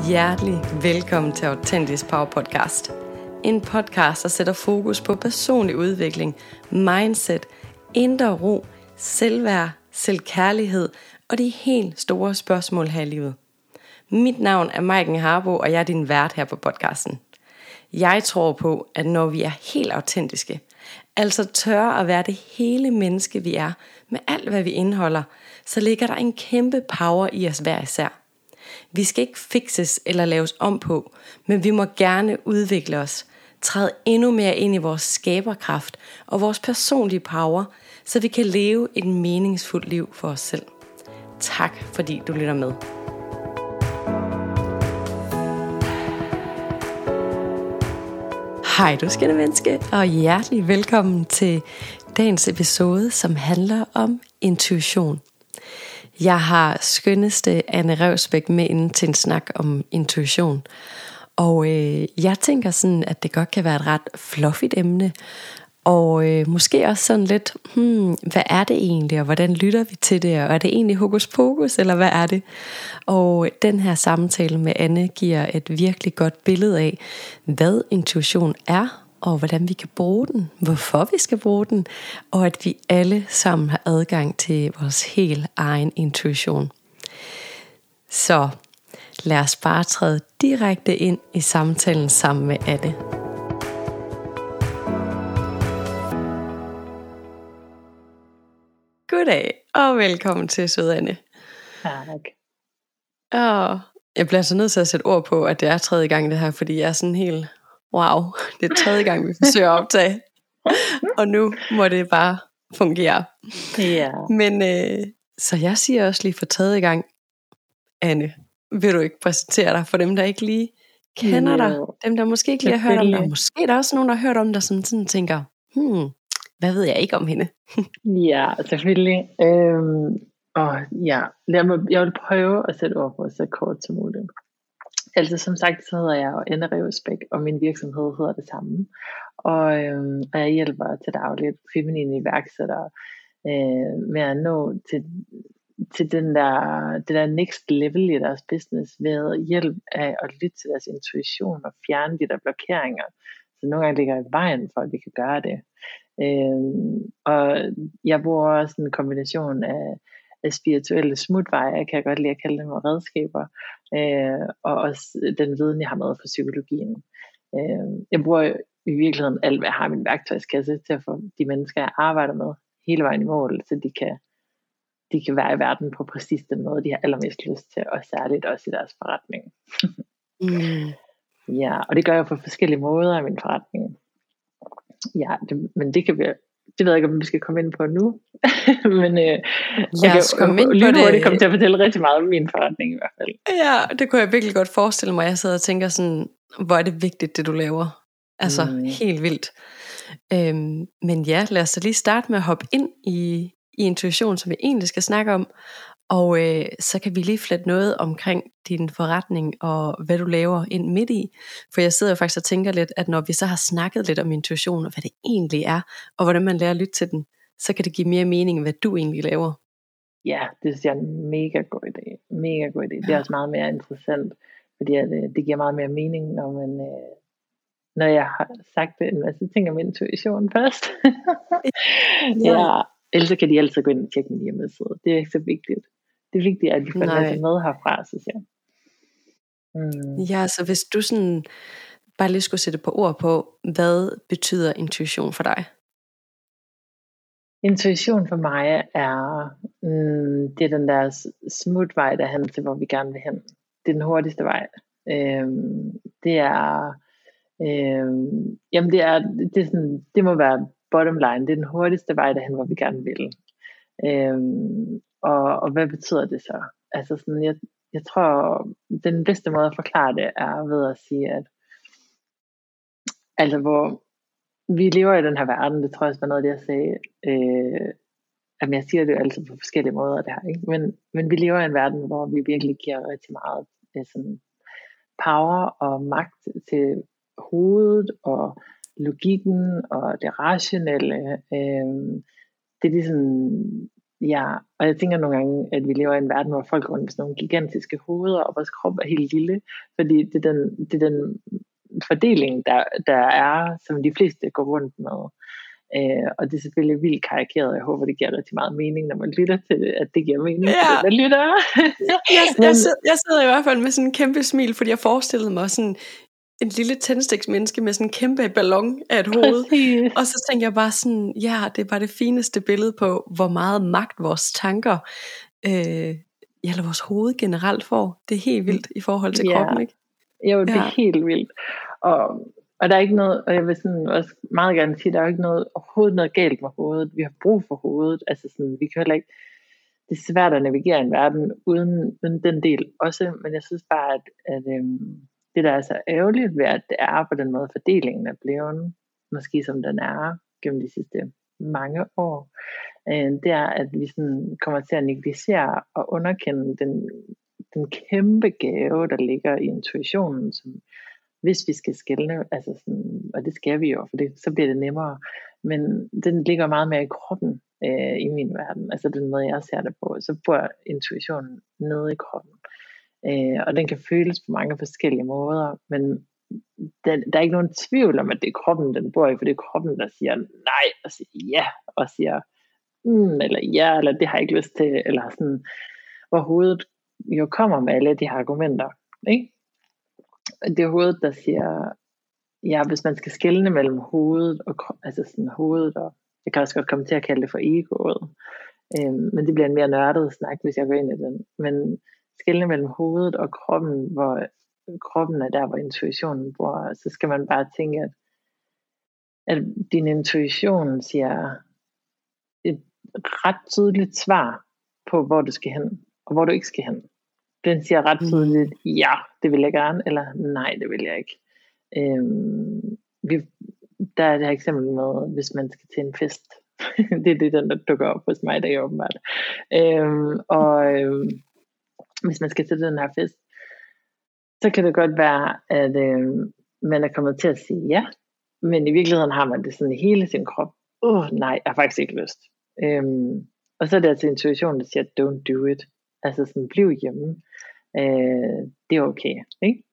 Hjertelig velkommen til Autentisk Power Podcast. En podcast, der sætter fokus på personlig udvikling, mindset, indre ro, selvværd, selvkærlighed og de helt store spørgsmål her i livet. Mit navn er Maiken Harbo, og jeg er din vært her på podcasten. Jeg tror på, at når vi er helt autentiske, altså tør at være det hele menneske vi er, med alt hvad vi indeholder, så ligger der en kæmpe power i os hver især. Vi skal ikke fikses eller laves om på, men vi må gerne udvikle os, træde endnu mere ind i vores skaberkraft og vores personlige power, så vi kan leve et meningsfuldt liv for os selv. Tak fordi du lytter med. Hej du skønne menneske, og hjertelig velkommen til dagens episode, som handler om intuition. Jeg har skønneste Anne Revsbæk med inden til en snak om intuition. Og jeg tænker sådan, at det godt kan være et ret fluffigt emne. Og måske også sådan lidt, hvad er det egentlig, og hvordan lytter vi til det? Og er det egentlig hokus pokus, eller hvad er det? Og den her samtale med Anne giver et virkelig godt billede af, hvad intuition er, og hvordan vi kan bruge den, hvorfor vi skal bruge den, og at vi alle sammen har adgang til vores helt egen intuition. Så lad os bare træde direkte ind i samtalen sammen med Anne. Goddag, og velkommen til søde Anne. Tak. Og jeg bliver så nødt til at sætte ord på, at det er tredje gang det her, fordi jeg er sådan helt, wow, det er tredje gang vi forsøger at optage. Og nu må det bare fungere. Ja. Men så jeg siger også lige for tredje gang, Anne, vil du ikke præsentere dig for dem, der ikke lige kender dig? Dem, der måske ikke lige har hørt om dig. Og måske er der også nogen, der har hørt om dig, som sådan tænker, hvad ved jeg ikke om hende? Ja, selvfølgelig. Jeg vil prøve at sætte ord på så kort som muligt. Altså som sagt, så hedder jeg Anne Revsbæk, og min virksomhed hedder det samme. Og jeg hjælper til dagligt feminine iværksættere med at nå til det der next level i deres business ved hjælp af at lytte til deres intuition og fjerne de der blokeringer, så nogle gange ligger i vejen for, at vi kan gøre det. Og jeg bruger også en kombination af spirituelle smutveje, kan jeg godt lide at kalde dem, og redskaber, og også den viden, jeg har med fra psykologien. Jeg bruger i virkeligheden alt, hvad jeg har i min værktøjskasse, til at få de mennesker, jeg arbejder med, hele vejen i mål, så de kan være i verden på præcis den måde, de har allermest lyst til, og særligt også i deres forretning. Ja, og det gør jeg på forskellige måder i min forretning. Ja, men det kan vi, det ved jeg ikke, om vi skal komme ind på nu. Men jeg kan lynhurtigt komme til at fortælle rigtig meget om min forretning i hvert fald. Ja, det kunne jeg virkelig godt forestille mig. Jeg sidder og tænker sådan, hvor er det vigtigt, det du laver. Altså helt vildt. Men ja, lad os da lige starte med at hoppe ind i intuition, som vi egentlig skal snakke om. Og så kan vi lige flette noget omkring din forretning og hvad du laver ind midt i. For jeg sidder jo faktisk og tænker lidt, at når vi så har snakket lidt om intuition og hvad det egentlig er, og hvordan man lærer at lytte til den, så kan det give mere mening, hvad du egentlig laver. Ja, det synes jeg er en mega god idé. Mega god idé. Det er også meget mere interessant, fordi det giver meget mere mening, når jeg har sagt en masse ting om intuition først. Ja. Ellers kan de altid gå ind og tjekke min hjemmeside. Det er ikke så vigtigt. Det er vigtigt, at vi får en masse med herfra, synes jeg. Ja, så hvis du sådan bare lige skulle sætte på ord på, hvad betyder intuition for dig? Intuition for mig er, det er den der smutvej, der hen til, hvor vi gerne vil hen. Det er den hurtigste vej. Det er, det må være bottom line. Det er den hurtigste vej derhen, hvor vi gerne vil. Og hvad betyder det så? Altså sådan, jeg tror, den bedste måde at forklare det er ved at sige, at altså hvor vi lever i den her verden, det tror jeg også var noget, jeg sagde, at jeg siger det jo altid på forskellige måder, det her, ikke? Men vi lever i en verden, hvor vi virkelig giver rigtig meget sådan power og magt til hovedet og logikken og det rationelle. Det er ligesom Ja, og jeg tænker nogle gange, at vi lever i en verden, hvor folk går rundt med sådan nogle gigantiske hoveder, og vores krop er helt lille, fordi det er den fordeling, der er, som de fleste går rundt med. Og det er selvfølgelig vildt karikeret. Jeg håber, det giver rigtig meget mening, når man lytter til det, at det giver mening for den, der lytter. Jeg sidder i hvert fald med sådan en kæmpe smil, fordi jeg forestillede mig sådan en lille tændstiksmenneske med sådan en kæmpe ballon af et hoved. Præcis. Og så tænker jeg bare sådan, ja, det er bare det fineste billede på, hvor meget magt vores tanker, eller vores hoved generelt får. Det er helt vildt i forhold til kroppen, ikke? Jo, det er helt vildt. Og der er ikke noget, og jeg vil sådan også meget gerne sige, der er jo ikke noget, overhovedet noget galt med hovedet. Vi har brug for hovedet. Altså sådan, vi kan heller ikke, det er svært at navigere i en verden uden den del også, men jeg synes bare, at det der er så ærgerligt ved, at det er på den måde, fordelingen er blevet, måske som den er gennem de sidste mange år, det er, at vi sådan kommer til at negligere og underkende den kæmpe gave, der ligger i intuitionen, som hvis vi skal skelne, altså sådan, og det skal vi jo, for så bliver det nemmere, men den ligger meget mere i kroppen i min verden, altså den måde jeg ser det på, så bor intuitionen nede i kroppen, og den kan føles på mange forskellige måder, men der er ikke nogen tvivl om, at det er kroppen, den bor i, for det er kroppen, der siger nej, og siger ja, og siger eller ja, eller det har jeg ikke lyst til, eller sådan, hvor hovedet jo kommer med alle de her argumenter, ikke? Det er hovedet, der siger, ja, hvis man skal skelne mellem hovedet og altså sådan hovedet, og jeg kan også godt komme til at kalde det for egoet, men det bliver en mere nørdet snak, hvis jeg går ind i den, men skelne mellem hovedet og kroppen, hvor kroppen er der, hvor intuitionen bor, så skal man bare tænke, at din intuition siger et ret tydeligt svar på, hvor du skal hen, og hvor du ikke skal hen. Den siger ret tydeligt, ja, det vil jeg gerne, eller nej, det vil jeg ikke. Der er det her eksempel med, hvis man skal til en fest. Det er den, der dukker op hos mig i dag, åbenbart. Hvis man skal til den her fest, så kan det godt være, at man er kommet til at sige ja, men i virkeligheden har man det sådan i hele sin krop. Nej, jeg har faktisk ikke lyst. Og så er det altså intuitionen, der siger, don't do it. Altså sådan, bliv hjemme. Det er okay, ikke?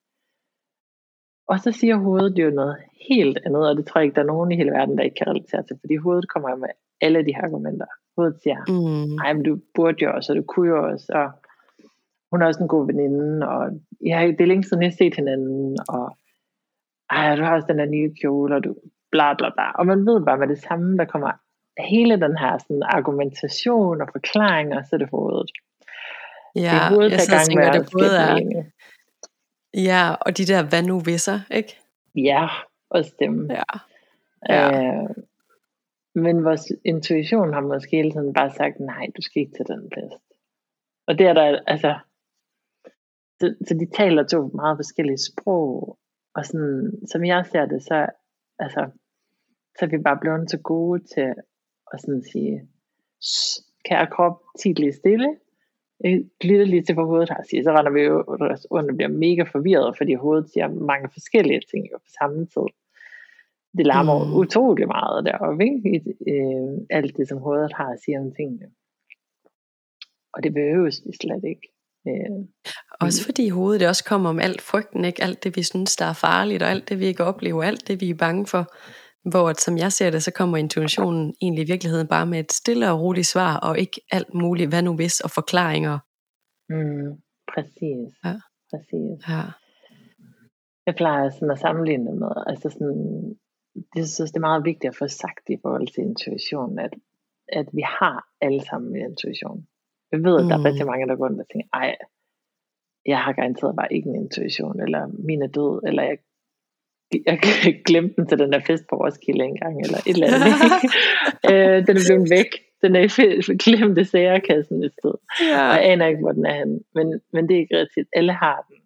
Og så siger hovedet jo noget helt andet, og det tror jeg ikke, der er nogen i hele verden, der ikke kan relatere til, fordi hovedet kommer med alle de her argumenter. Hovedet siger, nej, men du burde jo også, og du kunne jo også, og hun er også en god veninde, og det er længe siden, jeg har set hinanden, og du har også den der nye kjole, og du bla bla bla. Og man ved bare med det samme, der kommer hele den her sådan, argumentation og forklaring, og så er det hovedet. Ja, det er hovedet, jeg så tænker, det både er... Ja, og de der hvad nu visser, ikke? Ja, og stemme. Ja. Men vores intuition har måske hele tiden bare sagt, nej, du skal ikke til den fest. Og det er der, altså, så de taler to meget forskellige sprog, og sådan, som jeg ser det, så er vi bare blevet så gode til at sådan sige, kære krop, tid lige stille, lytter lige til, hvad hovedet har at sige, så render vi jo rundt og bliver mega forvirret, fordi hovedet siger mange forskellige ting jo på samme tid. Det larmer utrolig meget deroppe, ikke? Alt det, som hovedet har at sige om tingene. Og det behøves vi slet ikke. Også fordi hovedet også kommer om alt frygten, ikke? Alt det, vi synes, der er farligt, og alt det, vi ikke oplever, alt det, vi er bange for. Hvor, som jeg ser det, så kommer intuitionen egentlig i virkeligheden bare med et stille og roligt svar, og ikke alt muligt, hvad nu hvis, og forklaringer. Præcis. Ja. Præcis. Ja. Jeg plejer sådan at sammenligne det med, altså sådan, jeg synes, det er meget vigtigt at få sagt i forhold til intuition, at vi har alle sammen en intuition. Jeg ved, at der er rigtig mange, der går rundt og tænker, jeg har garanteret bare ikke en intuition, eller min er død, eller jeg glemte den til den der fest på Roskilde engang, eller et eller andet. Den er blevet væk. Den er glemt i særekassen et sted. Og jeg aner ikke, hvor den er henne. Men det er ikke rigtigt. Alle har den.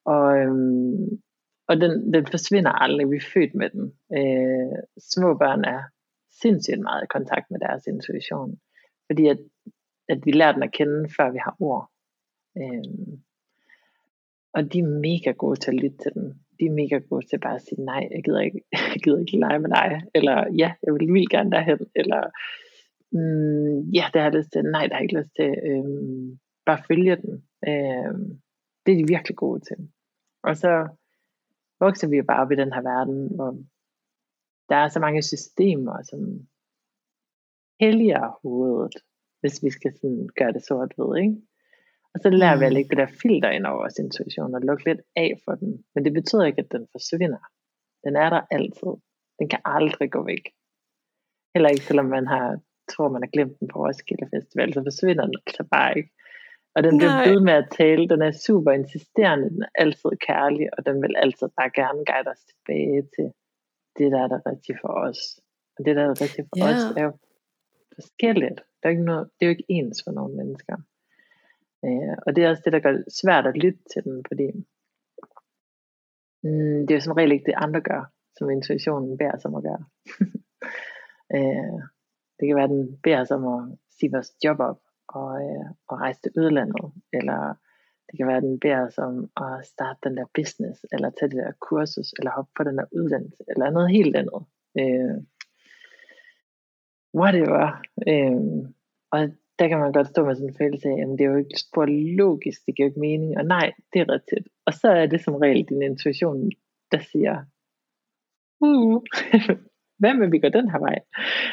Og den forsvinder aldrig. Vi er født med den. Små børn er sindssygt meget i kontakt med deres intuition. Fordi at vi lærer den at kende, før vi har ord. Og de er mega gode til at lytte til den. De er mega gode til bare at sige, nej, jeg gider ikke lege med dig. Eller ja, jeg vil vildt gerne derhen. Eller Ja, det har jeg lyst til. Nej, det har jeg ikke lyst til. Bare følge den. Det er de virkelig gode til. Og så vokser vi jo bare op i den her verden, hvor der er så mange systemer, som helliger hovedet, hvis vi skal sådan gøre det sort-hvid, ikke? Og så lærer vi at lægge det der filter ind over vores intuition og lukke lidt af for den. Men det betyder ikke, at den forsvinder. Den er der altid. Den kan aldrig gå væk. Heller ikke, selvom man tror, man har glemt den på Roskilde Festival, så forsvinder den altså bare ikke. Og den bliver ved med at tale. Den er super insisterende. Den er altid kærlig, og den vil altid bare gerne guide os tilbage til det, der er det rigtige for os. Og det, der er det rigtige for os, er jo forskelligt. Det er jo ikke ens for nogle mennesker. Og det er også det, der gør det svært at lytte til den, fordi det er jo som regel ikke det, andre gør, som intuitionen beder os om at gøre. Det kan være, at den beder os om at sige vores job op og rejse til udlandet, eller det kan være, at den beder os om at starte den der business, eller tage det der kursus, eller hoppe på den der uddannelse, eller noget helt andet. Whatever. Og der kan man godt stå med sådan en følelse af, at det er jo ikke spor logisk, det giver jo ikke mening, og nej, det er rigtigt. Og så er det som regel din intuition, der siger, hvad med vi går den her vej?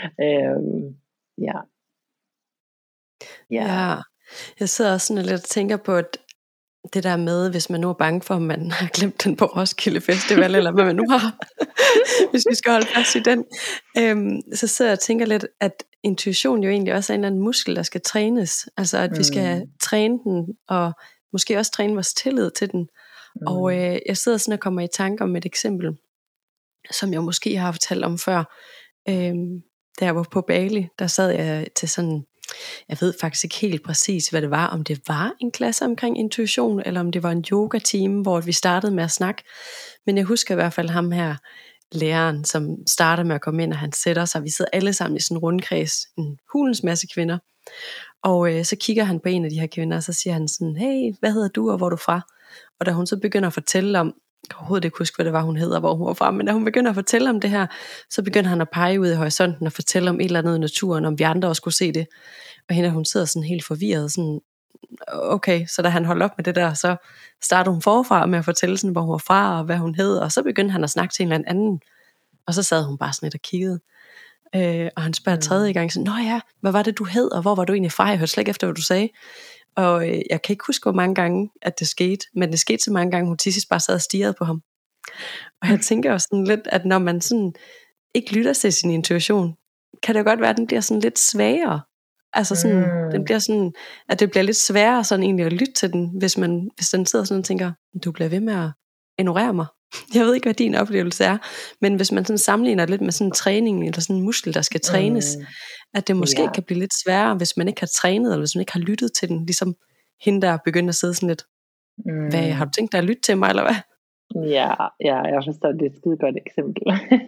Ja, jeg sidder også sådan lidt og tænker på, at det der med, hvis man nu er bange for, at man har glemt den på Roskilde Festival, eller hvad man nu har, hvis vi skal holde fast i den, så sidder jeg og tænker lidt, at intuition jo egentlig også er en eller anden muskel, der skal trænes. Altså at vi skal træne den, og måske også træne vores tillid til den. Og jeg sidder sådan og kommer i tanke om et eksempel, som jeg måske har fortalt om før. Da jeg var på Bali, der sad jeg til sådan, jeg ved faktisk ikke helt præcis, hvad det var, om det var en klasse omkring intuition, eller om det var en yoga-time, hvor vi startede med at snakke. Men jeg husker i hvert fald ham her, læreren, som starter med at komme ind, og han sætter sig. Vi sidder alle sammen i sådan en rundkreds, en hulens masse kvinder. Og så kigger han på en af de her kvinder, og så siger han sådan, hey, hvad hedder du, og hvor er du fra? Og da hun så begynder at fortælle om, jeg kan overhovedet ikke huske, hvad det var, hun hedder, hvor hun var fra, men da hun begynder at fortælle om det her, så begynder han at pege ud i horisonten og fortælle om et eller andet i naturen, om vi andre også kunne se det. Og hende, hun sidder sådan helt forvirret, sådan, okay, så da han holdt op med det der, så startede hun forfra med at fortælle sådan, hvor hun var fra, og hvad hun hed, og så begyndte han at snakke til en eller anden, og så sad hun bare sådan lidt og kiggede. Og han spørger tredje gang sådan, nå ja, hvad var det du hed, og hvor var du egentlig fra? Jeg hørte slet ikke efter, hvad du sagde. Og jeg kan ikke huske, hvor mange gange, at det skete, men det skete så mange gange, hun til sidst bare sad og stirrede på ham. Og jeg tænker også sådan lidt, at når man sådan ikke lytter til sin intuition, kan det jo godt være, at den bliver sådan lidt svagere. Altså sådan, den bliver sådan, at det bliver lidt sværere sådan egentlig at lytte til den, hvis den sidder sådan og tænker, du bliver ved med at ignorere mig. Jeg ved ikke, hvad din oplevelse er, men hvis man sådan sammenligner lidt med sådan en træning, eller sådan en muskel, der skal trænes, at det måske kan blive lidt sværere, hvis man ikke har trænet, eller hvis man ikke har lyttet til den, ligesom hende, der begynder at sidde sådan lidt, hvad, har du tænkt dig at lytte til mig, eller hvad? Ja, jeg forstår, det er et skide godt eksempel.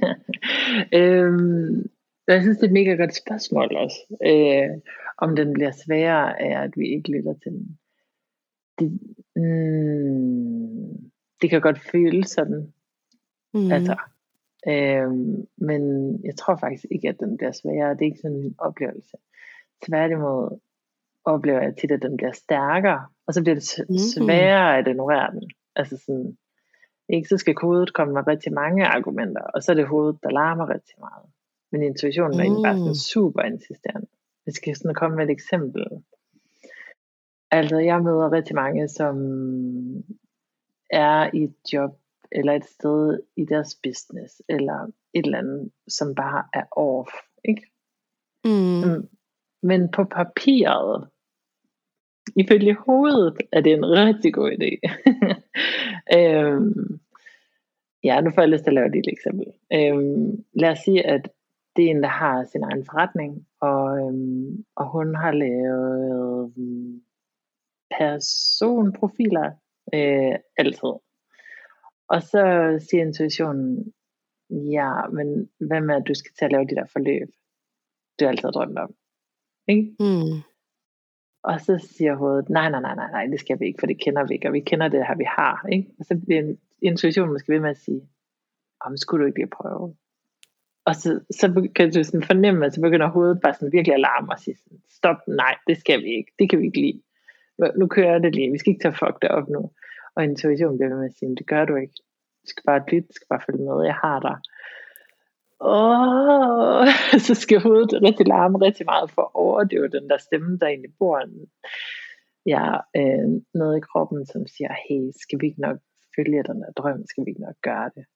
Jeg synes, det er et mega godt spørgsmål også. Om den bliver sværere af, at vi ikke lytter til den. Det kan godt føles sådan. Altså, men jeg tror faktisk ikke, at den bliver sværere. Det er ikke sådan en oplevelse. Tværtimod oplever jeg tit, at den bliver stærkere, og så bliver det sværere at ignorere den. Altså sådan, ikke, så skal hovedet komme med rigtig mange argumenter, og så er det hovedet, der larmer rigtig meget. Men intuitionen er ikke bare sådan super insisterende. Jeg skal sådan komme med et eksempel. Altså, jeg møder rigtig mange, som er i et job, eller et sted i deres business, eller et eller andet, som bare er off, ikke? Men på papiret, ifølge hovedet, er det en rigtig god idé. Ja, nu får jeg lyst til at lave et lille eksempel. Lad os sige, at det er en, der har sin egen forretning, og hun har lavet personprofiler altid. Og så siger intuitionen, ja, men hvad med, at du skal til at lave de der forløb, du altid har drømt om? Ikke? Og så siger hovedet, nej, det skal vi ikke, for det kender vi ikke, og vi kender det her, vi har. Ikke? Og så bliver intuitionen måske ved med at sige, skulle du ikke lige prøve? Og så kan du sådan fornemme, at så begynder hovedet bare sådan virkelig at larme og sige sådan, stop, nej, det skal vi ikke, det kan vi ikke lide. Nu kører det lige, vi skal ikke tage fuck det op nu. Og intuition bliver ved med at sige, det gør du ikke. Du skal bare lytte, du skal bare følge med, jeg har dig. Så skal hovedet rigtig larme rigtig meget for at overdøve den der stemme, der egentlig bor nede i kroppen, som siger, hey, skal vi ikke nok følge den der drøm, skal vi ikke nok gøre det.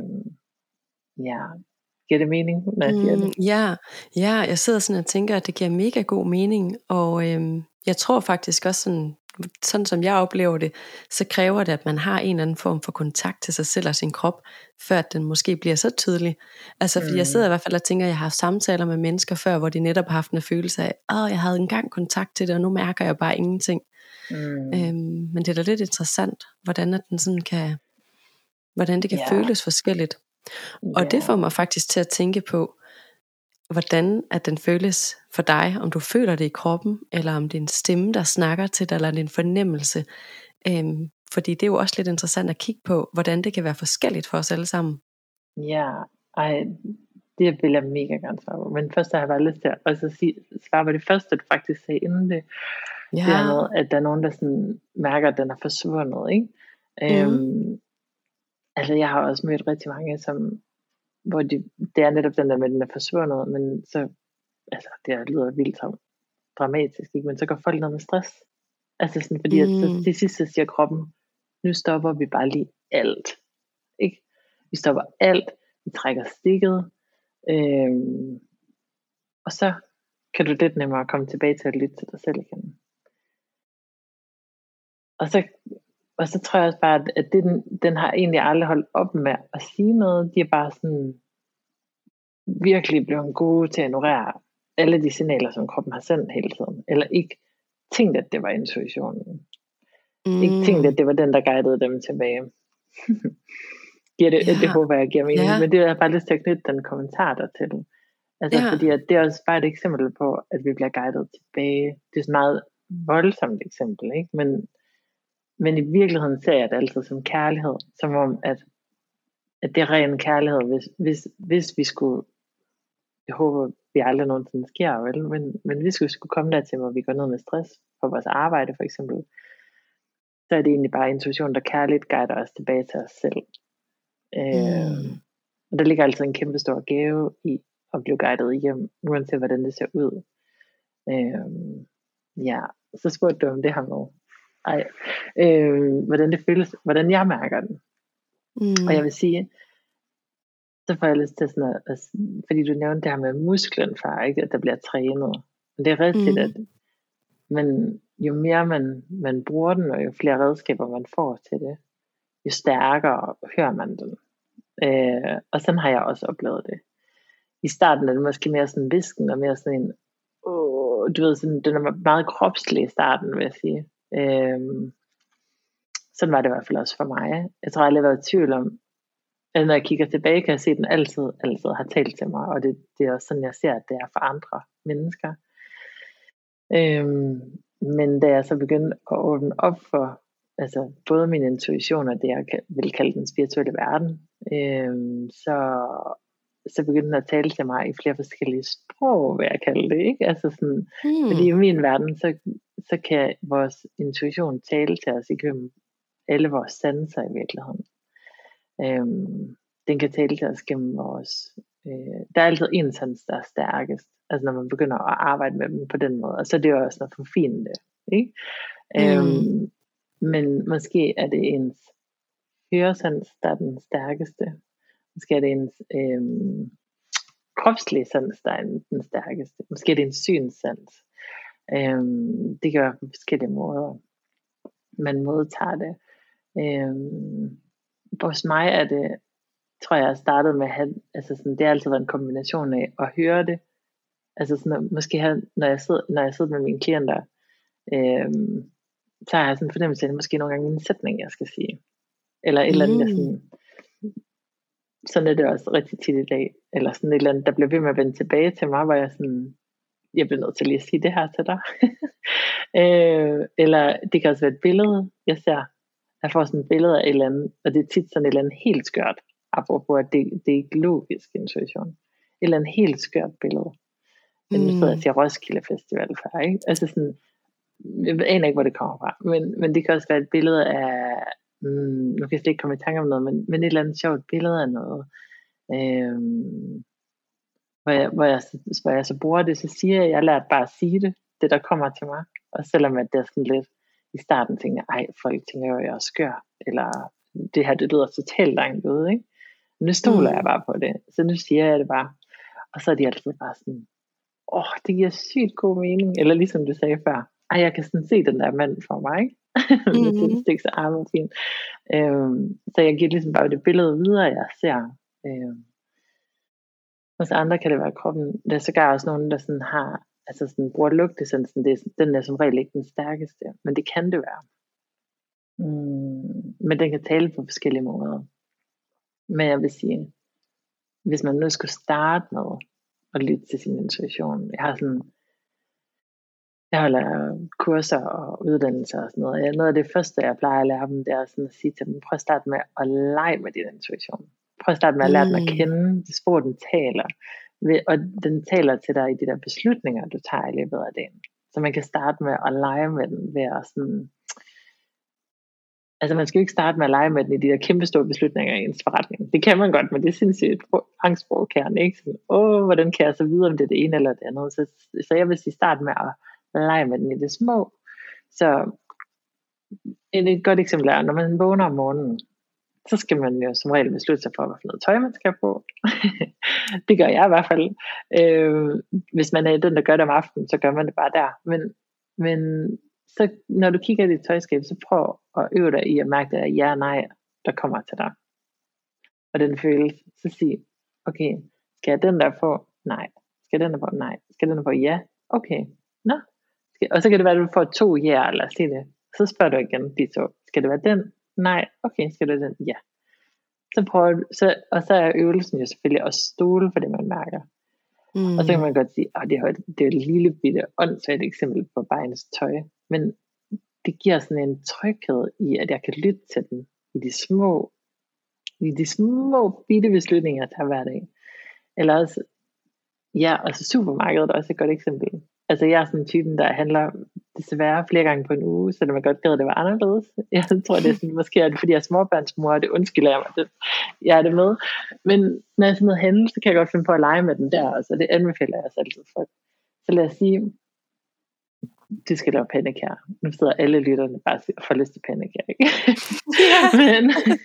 Giver det mening, når jeg siger det? Ja, jeg sidder sådan og tænker, at det giver mega god mening, og jeg tror faktisk også sådan som jeg oplever det, så kræver det, at man har en eller anden form for kontakt til sig selv og sin krop, før at den måske bliver så tydelig. Altså fordi jeg sidder i hvert fald og tænker, at jeg har haft samtaler med mennesker før, hvor de netop har haft en følelse af, jeg havde engang kontakt til det, og nu mærker jeg bare ingenting. Men det er da lidt interessant, hvordan det kan føles forskelligt. Og det får mig faktisk til at tænke på, hvordan at den føles for dig, om du føler det i kroppen, eller om det er en stemme, der snakker til dig, eller det er en fornemmelse. Fordi det er jo også lidt interessant at kigge på, hvordan det kan være forskelligt for os alle sammen. Ja, det vil jeg mega gerne svare på. Men først har jeg bare lyst til at svare på det første, du faktisk sagde inden det. Ja. Det er noget, at der er nogen, der sådan mærker, at den er forsvundet, ikke? Altså jeg har også mødt rigtig mange, hvor det er netop den der med, den er forsvundet, men så, altså det lyder vildt dramatisk, ikke? Men så går folk ned med stress. Altså sådan, fordi at så, til sidst så siger kroppen, nu stopper vi bare lige alt. Ikke? Vi stopper alt, vi trækker stikket, og så kan du lidt nemmere komme tilbage til at lytte til dig selv igen. Og så tror jeg også bare, at den har egentlig aldrig holdt op med at sige noget. De er bare sådan virkelig blevet gode til at ignorere alle de signaler, som kroppen har sendt hele tiden. Eller ikke tænkt, at det var intuitionen. Ikke tænkt, at det var den, der guidede dem tilbage. Det håber jeg giver mening. Men det er bare lyst til at knytte den kommentar der til. Altså fordi at det er også bare et eksempel på, at vi bliver guidet tilbage. Det er sådan et meget voldsomt eksempel, ikke? Men i virkeligheden ser jeg det altid som kærlighed, som om, at det er ren kærlighed, hvis vi skulle, jeg håber, vi aldrig nogensinde sker, vel? Men hvis vi skulle komme dertil, hvor vi går ned med stress på vores arbejde, for eksempel, så er det egentlig bare intuition, der kærligt guider os tilbage til os selv. Og der ligger altid en kæmpe stor gave i at blive guidet hjem, uanset hvordan det ser ud. Så spurgte du om det her med, hvordan det føles, hvordan jeg mærker den. Og jeg vil sige, så får jeg lyst til sådan at fordi du nævnte det her med musklen før, ikke? At der bliver trænet. Men det er rigtigt, at jo mere man bruger den, og jo flere redskaber man får til det, jo stærkere hører man den. Og sådan har jeg også oplevet det. I starten er det måske mere sådan visken, og mere sådan en, du ved, sådan, den er meget kropslig i starten, vil jeg sige. Sådan var det i hvert fald også for mig. Jeg tror aldrig, jeg har været i tvivl om, at når jeg kigger tilbage, kan jeg se, at den altid har talt til mig, og det er også sådan, jeg ser, at det er for andre mennesker. Men da jeg så begyndte at åbne op for altså både min intuition og det, jeg vil kalde den spirituelle verden, så begyndte den at tale til mig i flere forskellige sprog, vil jeg kalde det, ikke? Altså sådan, fordi i min verden, så kan vores intuition tale til os igennem alle vores sanser i virkeligheden. Den kan tale til os gennem vores, der er altid en sans, der er stærkest, altså når man begynder at arbejde med dem på den måde, og så er det jo også noget forfinende, ikke? Men måske er det ens høresans, der er den stærkeste. Måske er det ens kropslige sans, der er den stærkeste. Måske er det en synssans. Det kan være på forskellige måder, man modtager det. Hos mig er det, tror jeg startede med at have, altså sådan, det har altid været en kombination af at høre det, altså sådan, måske når jeg sidder med mine klienter, så har jeg sådan en fornemmelse af, måske nogle gange en sætning, jeg skal sige, eller et eller andet, sådan er det også rigtig tit i dag, eller sådan et eller andet, der bliver ved med at vende tilbage til mig, hvor jeg sådan, jeg bliver nødt til lige at sige det her til dig, eller det kan også være et billede, jeg ser, jeg får sådan et billede af et eller andet, og det er tit sådan et eller andet helt skørt, apropos at det er ikke logisk intuition. eller en helt skørt billede. Men nu sidder jeg og siger Roskilde Festival før, ikke? Altså sådan, jeg aner ikke, hvor det kommer fra, men det kan også være et billede af, nu kan jeg slet ikke komme i tanke om noget, men et eller andet sjovt billede af noget, hvor jeg så bruger det, så siger jeg lært bare at sige det der kommer til mig, og selvom at det er sådan lidt, i starten tænker jeg, folk tænker jo, jeg er skør, eller det her, det lyder totalt langt ude, ikke? Men nu stoler jeg bare på det, så nu siger jeg det bare, og så er de altid bare sådan, det giver sygt god mening, eller ligesom du sagde før, jeg kan sådan se den der mand for mig, ikke? Med sin stiks arm og fint. Så jeg giver ligesom bare det billede videre, jeg ser. Hos andre kan det være kroppen. Der er sågar også nogen, der sådan har, altså sådan bruger lugtesansen, den er som regel ikke den stærkeste, men det kan det være. Men den kan tale på forskellige måder. Men jeg vil sige, hvis man nu skulle starte med at lytte til sin intuition, jeg holder kurser og uddannelser og sådan noget. Noget af det første, jeg plejer at lære dem, det er sådan at sige til dem, prøv at starte med at lege med din intuition. Prøv at starte med at lære den at kende, det sprog, den taler. Og den taler til dig i de der beslutninger, du tager i løbet af dagen. Så man kan starte med at lege med den ved at sådan... Altså man skal jo ikke starte med at lege med den i de der kæmpe store beslutninger i ens forretning. Det kan man godt, men det er sindssygt angstprovokerende, ikke? Sådan, hvordan kan jeg så vide, om det er det ene eller det andet? Så jeg vil sige, start med at lege med den i det små. Så et godt eksempel er, når man vågner om morgenen, så skal man jo som regel beslutte sig for, hvad for noget tøj man skal på. Det gør jeg i hvert fald. Hvis man er den, der gør det om aftenen, så gør man det bare der. Men så når du kigger i dit tøjskab, så prøv at øve dig i at mærke det ja og nej, der kommer til dig. Og den følelse, så sig, okay, skal jeg den der på? Nej. Skal den der på? Nej. Skal den der på? Ja. Okay. Nå. Og så kan det være, at du får 2 ja, eller sig det. Så spørger du igen de 2. Skal det være den? Nej. Okay, skal det være den? Ja. Og så er øvelsen jo selvfølgelig at stole for det, man mærker. Og så kan man godt sige, det er et lille bitte åndssvagt eksempel på bare ens tøj. Men det giver sådan en tryghed i, at jeg kan lytte til den i de små bitte beslutninger, der hver dag. Eller også, altså supermarkedet er også et godt eksempel. Altså jeg er sådan en typen, der handler desværre flere gange på en uge, så det var godt gad, det var anderledes. Jeg tror, det er sådan, måske er det, fordi jeg er småbørnsmor, og det undskylder jeg mig, jeg er det med. Men når jeg sådan noget handler, så kan jeg godt finde på at lege med den der, så det anbefaler jeg også altid folk. Så lad os sige, du skal lave pandekager. Nu sidder alle lytterne bare og får lyst til pandekager, ikke? Men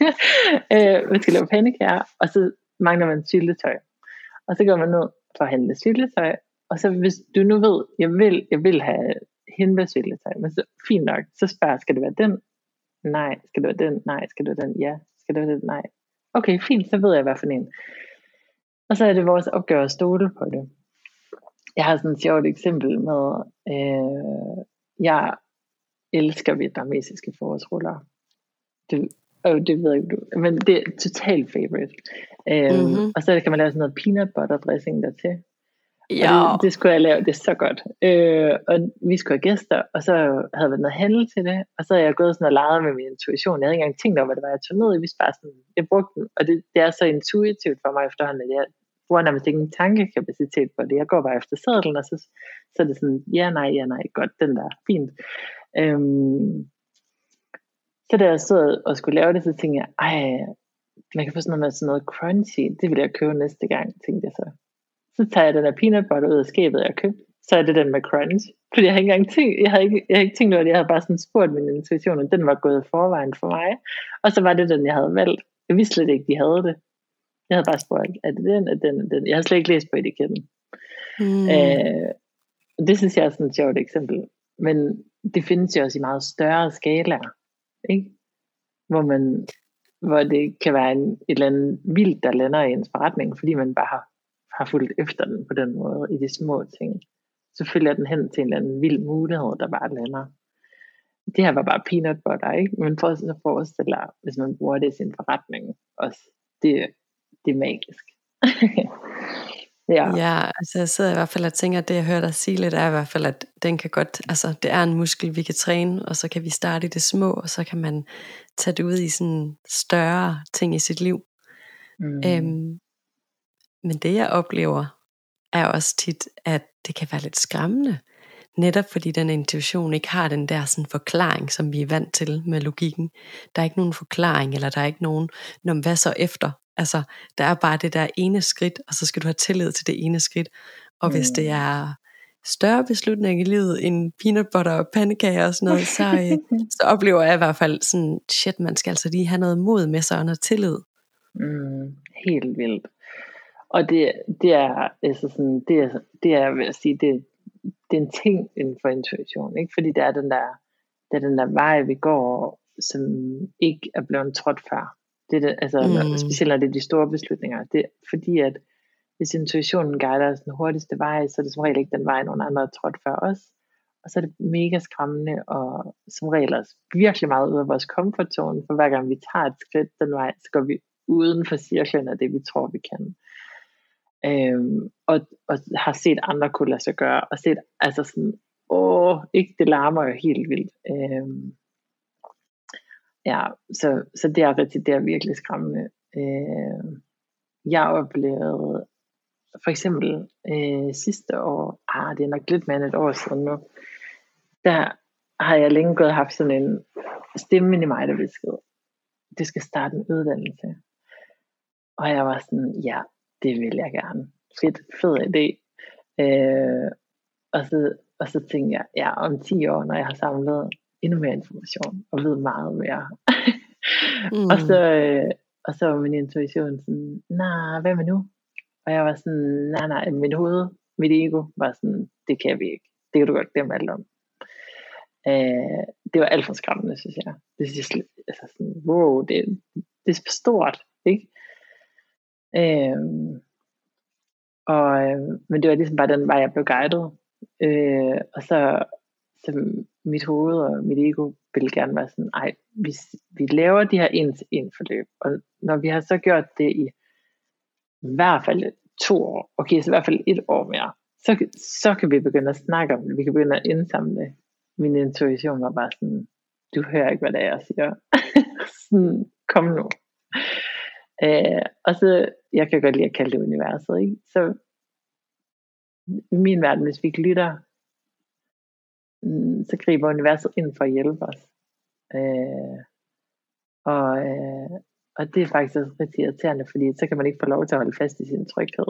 man skal lave pandekager, og så mangler man syltetøj. Og så går man ned for at handle syltetøj, og så hvis du nu ved, jeg vil have hindbærsyltetøj, men så fint nok, så spørger, skal det være den? Nej. Skal det være den? Nej. Skal det være den? Ja. Skal det være den? Nej. Okay, fint, så ved jeg, hvad for en. Og så er det vores opgave at stole på det. Jeg har sådan et sjovt eksempel med, jeg elsker vietnamesiske forårsruller. Det ved jeg ikke, men det er total favorite. Og så kan man lave sådan noget peanut butter dressing dertil. Ja. Og det skulle jeg lave, det er så godt. Og vi skulle have gæster, og så havde vi noget handel til det, og så er jeg gået sådan og leget med min intuition. Jeg havde ikke engang tænkt over, hvad det var, jeg tog ned i. Vi bare sådan, jeg brugte den, og det er så intuitivt for mig efterhånden, at jeg bruger nærmest ikke en tankekapacitet på det. Jeg går bare efter sædlen, og så er det sådan, ja, nej, godt, den der, fint. Så da jeg stod og skulle lave det, så tænkte jeg, man kan få sådan noget crunchy, det vil jeg købe næste gang, tænkte jeg så. Så tager jeg den der peanut butter ud af skabet, jeg købte. Så er det den med crunch. Fordi jeg havde ikke engang tænkt, jeg havde ikke tænkt over det. Jeg havde bare sådan spurgt min intuition, og den var gået forvejen for mig. Og så var det den, jeg havde valgt. Jeg vidste slet ikke, de havde det. Jeg havde bare spurgt, er det den, er den? Jeg havde slet ikke læst på etiketten. Det synes jeg er sådan et sjovt eksempel. Men det findes jo også i meget større skala. Ikke? Hvor det kan være et eller andet vildt, der lander i ens forretning, fordi man bare har fulgt efter den på den måde i de små ting. Så følger den hen til en eller anden vild mulighed, der bare lander. Det her var bare peanut butter, ikke? Men for at forestille dig, hvis man bruger det i sin forretning også, det er magisk. Ja, altså jeg sidder i hvert fald og tænker, at det jeg hører dig sige lidt, er i hvert fald, at den kan godt, altså det er en muskel, vi kan træne, og så kan vi starte i det små, og så kan man tage det ud i sådan større ting i sit liv. Men det jeg oplever, er også tit, at det kan være lidt skræmmende. Netop fordi den intuition ikke har den der sådan forklaring, som vi er vant til med logikken. Der er ikke nogen forklaring, eller der er ikke nogen, hvad så efter? Altså, der er bare det der ene skridt, og så skal du have tillid til det ene skridt. Og hvis det er større beslutning i livet end peanut butter og pandekager og sådan noget, så oplever jeg i hvert fald sådan, shit, man skal altså lige have noget mod med sig og noget tillid. Helt vildt. Og det er altså sådan, det er, jeg vil sige, det er en ting inden for intuition, ikke? Fordi det er den der vej, vi går, som ikke er blevet trådt før. Det er det, altså, specielt når det er de store beslutninger. Det er fordi, at hvis intuitionen guider os den hurtigste vej, så er det som regel ikke den vej, nogen andre har trådt før os. Og så er det mega skræmmende, og som regel også virkelig meget ud af vores comfort zone, for hver gang vi tager et skridt den vej, så går vi uden for cirklen af det, vi tror, vi kan. Og har set andre kunne lade sig gøre, og set, altså sådan, ikke, det larmer jo helt vildt. Så det er virkelig skræmmende. Jeg oplevede, for eksempel sidste år, det er nok lidt mere end et år siden nu, der har jeg længe gået og haft sådan en stemme i mig, der viskede, du skal starte en uddannelse. Og jeg var sådan, ja, det vil jeg gerne. Fed idé. Og så tænkte jeg, ja, om 10 år, når jeg har samlet endnu mere information, og ved meget mere. Og så var min intuition sådan, nej, hvad med nu? Og jeg var sådan, nej, mit hoved, mit ego var sådan, det kan vi ikke. Det kan du godt glemme alt om. Det var alt for skræmmende, synes jeg. Det synes jeg, altså sådan, wow, det er for stort, ikke? Men det var ligesom bare den vej, jeg blev guidet. Og så mit hoved og mit ego ville gerne være sådan, vi laver de her 1-til-1 forløb, og når vi har så gjort det i hvert fald 2 år, okay, så i hvert fald 1 år mere, så kan vi begynde at snakke om det, vi kan begynde at indsamle. Min intuition var bare sådan, du hører ikke, hvad det er, jeg siger. Sådan, kom nu. Og så, jeg kan godt lide at kalde det universet, ikke? Så i min verden, hvis vi lytter, så griber universet ind for at hjælpe os. Og det er faktisk også rigtig irriterende, fordi så kan man ikke få lov til at holde fast i sin tryghed.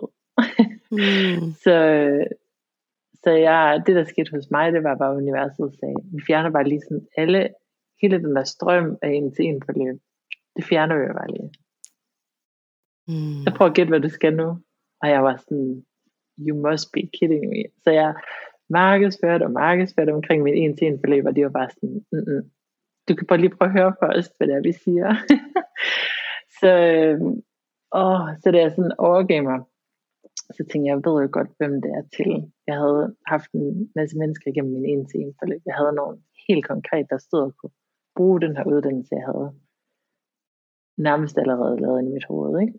Så det der skete hos mig, det var bare universet sagde, vi fjerner bare lige sådan hele den der strøm af 1-til-1 forløb. Det fjerner vi bare lige. Så prøv at gætte, hvad du skal nu. Og jeg var sådan, you must be kidding me. Så jeg markedsførte omkring min 1-til-1 forløb, og de var bare sådan, du kan bare lige prøve at høre først, hvad det er, vi siger. Så da jeg sådan overgav mig, så tænkte jeg ved jo godt, hvem det er til. Jeg havde haft en masse mennesker igennem min 1-til-1 forløb. Jeg havde nogen helt konkret, der stod og kunne bruge den her uddannelse, jeg havde nærmest allerede lavet i mit hoved, ikke?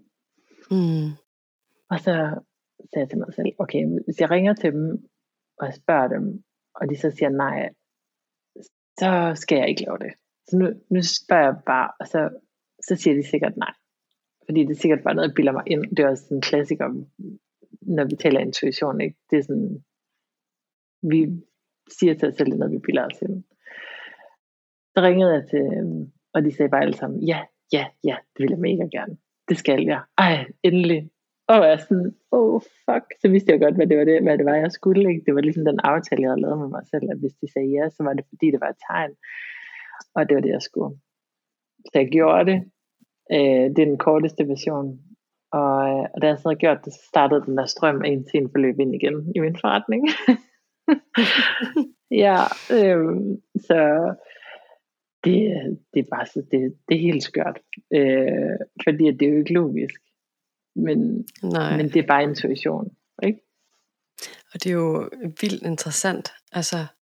Og så sagde jeg til mig selv, okay, hvis jeg ringer til dem, og jeg spørger dem, og de så siger nej, så skal jeg ikke lave det. Så nu spørger jeg bare, og så siger de sikkert nej. Fordi det er sikkert bare noget, jeg bilder mig ind. Det er også sådan en klassiker, når vi taler intuition, ikke? Det er sådan, vi siger til os selv, når vi bilder os ind. Så ringede jeg til dem, og de sagde bare alle sammen, ja, det vil jeg mega gerne. Det skal jeg. Endelig. Og jeg er sådan, fuck. Så vidste jeg godt, hvad det var, jeg skulle. Ikke? Det var ligesom den aftale, jeg havde lavet med mig selv, at hvis de sagde ja, så var det fordi, det var et tegn. Og det var det, jeg skulle. Så jeg gjorde det. Det er den korteste version. Og da jeg så havde gjort det, så startede den der strøm af 1-til-1 forløb ind igen i min forretning. Så det er bare så, det er helt skørt. Fordi det er jo ikke logisk. Men det er bare intuition, ikke? Og det er jo vildt interessant. Altså,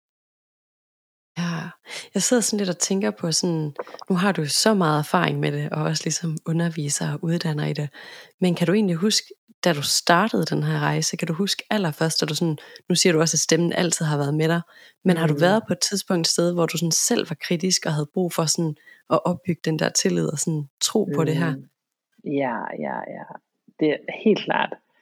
jeg sidder sådan lidt og tænker på sådan, nu har du så meget erfaring med det, og også ligesom underviser og uddanner i det. Men kan du egentlig huske, da du startede den her rejse, kan du huske allerførst, da du sådan, nu siger du også, at stemmen altid har været med dig, men har du været på et tidspunkt et sted, hvor du sådan selv var kritisk og havde brug for sådan at opbygge den der tillid og sådan tro på det her? Ja. Det er helt klart.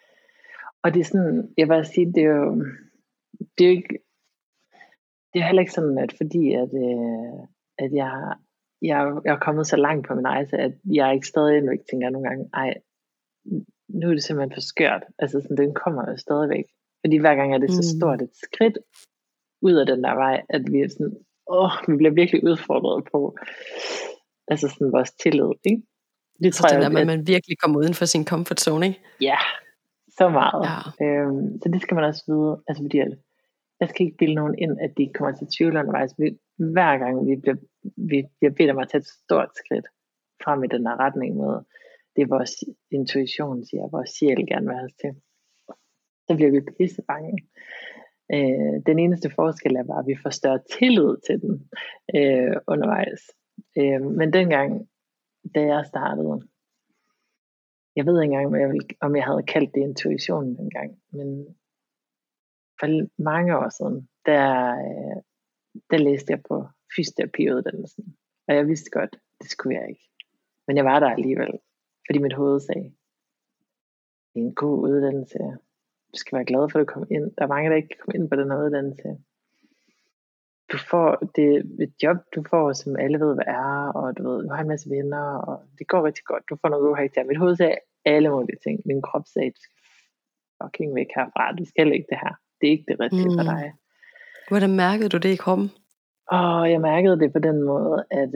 Og det er sådan, jeg vil bare sige, det er jo ikke, det er heller ikke sådan, at fordi at jeg er kommet så langt på min rejse, at jeg ikke stadigvæk tænker nogle gange, ej, nu er det simpelthen for skørt. Altså sådan, den kommer jo stadigvæk. Fordi hver gang er det så stort et skridt ud af den der vej, at vi er sådan, vi bliver virkelig udfordret på, altså sådan vores tillid, ikke? Det tror jeg, at man virkelig kommer uden for sin comfort zone, ikke? Ja, så meget. Ja. Så det skal man også vide, altså fordi jeg skal ikke bilde nogen ind, at de kommer til tvivl undervejs. Hver gang vi bliver bedt om at tage et stort skridt frem i den her retning med, det er vores intuition siger, vores sjæl gerne vil have os til, så bliver vi pissebange. Den eneste forskel er bare, at vi får større tillid til den undervejs. Men dengang, da jeg startede, jeg ved ikke engang, om jeg havde kaldt det intuition dengang, men for mange år siden, der læste jeg på fysioterapiuddannelsen, og jeg vidste godt, det skulle jeg ikke. Men jeg var der alligevel, fordi mit hoved sagde, det er en god uddannelse. Du skal være glad for, at du kommer ind. Der er mange, der ikke kan komme ind på den her uddannelse. Du får det et job, du får, som alle ved, hvad er, og du har en masse venner, og det går rigtig godt. Du får noget god karakter. Mit hoved sagde alle mulige ting. Min krop sagde, du skal fucking væk herfra. Du skal ikke det her. Det er ikke det rigtige for dig. Hvordan mærkede du det i kroppen? Jeg mærkede det på den måde, at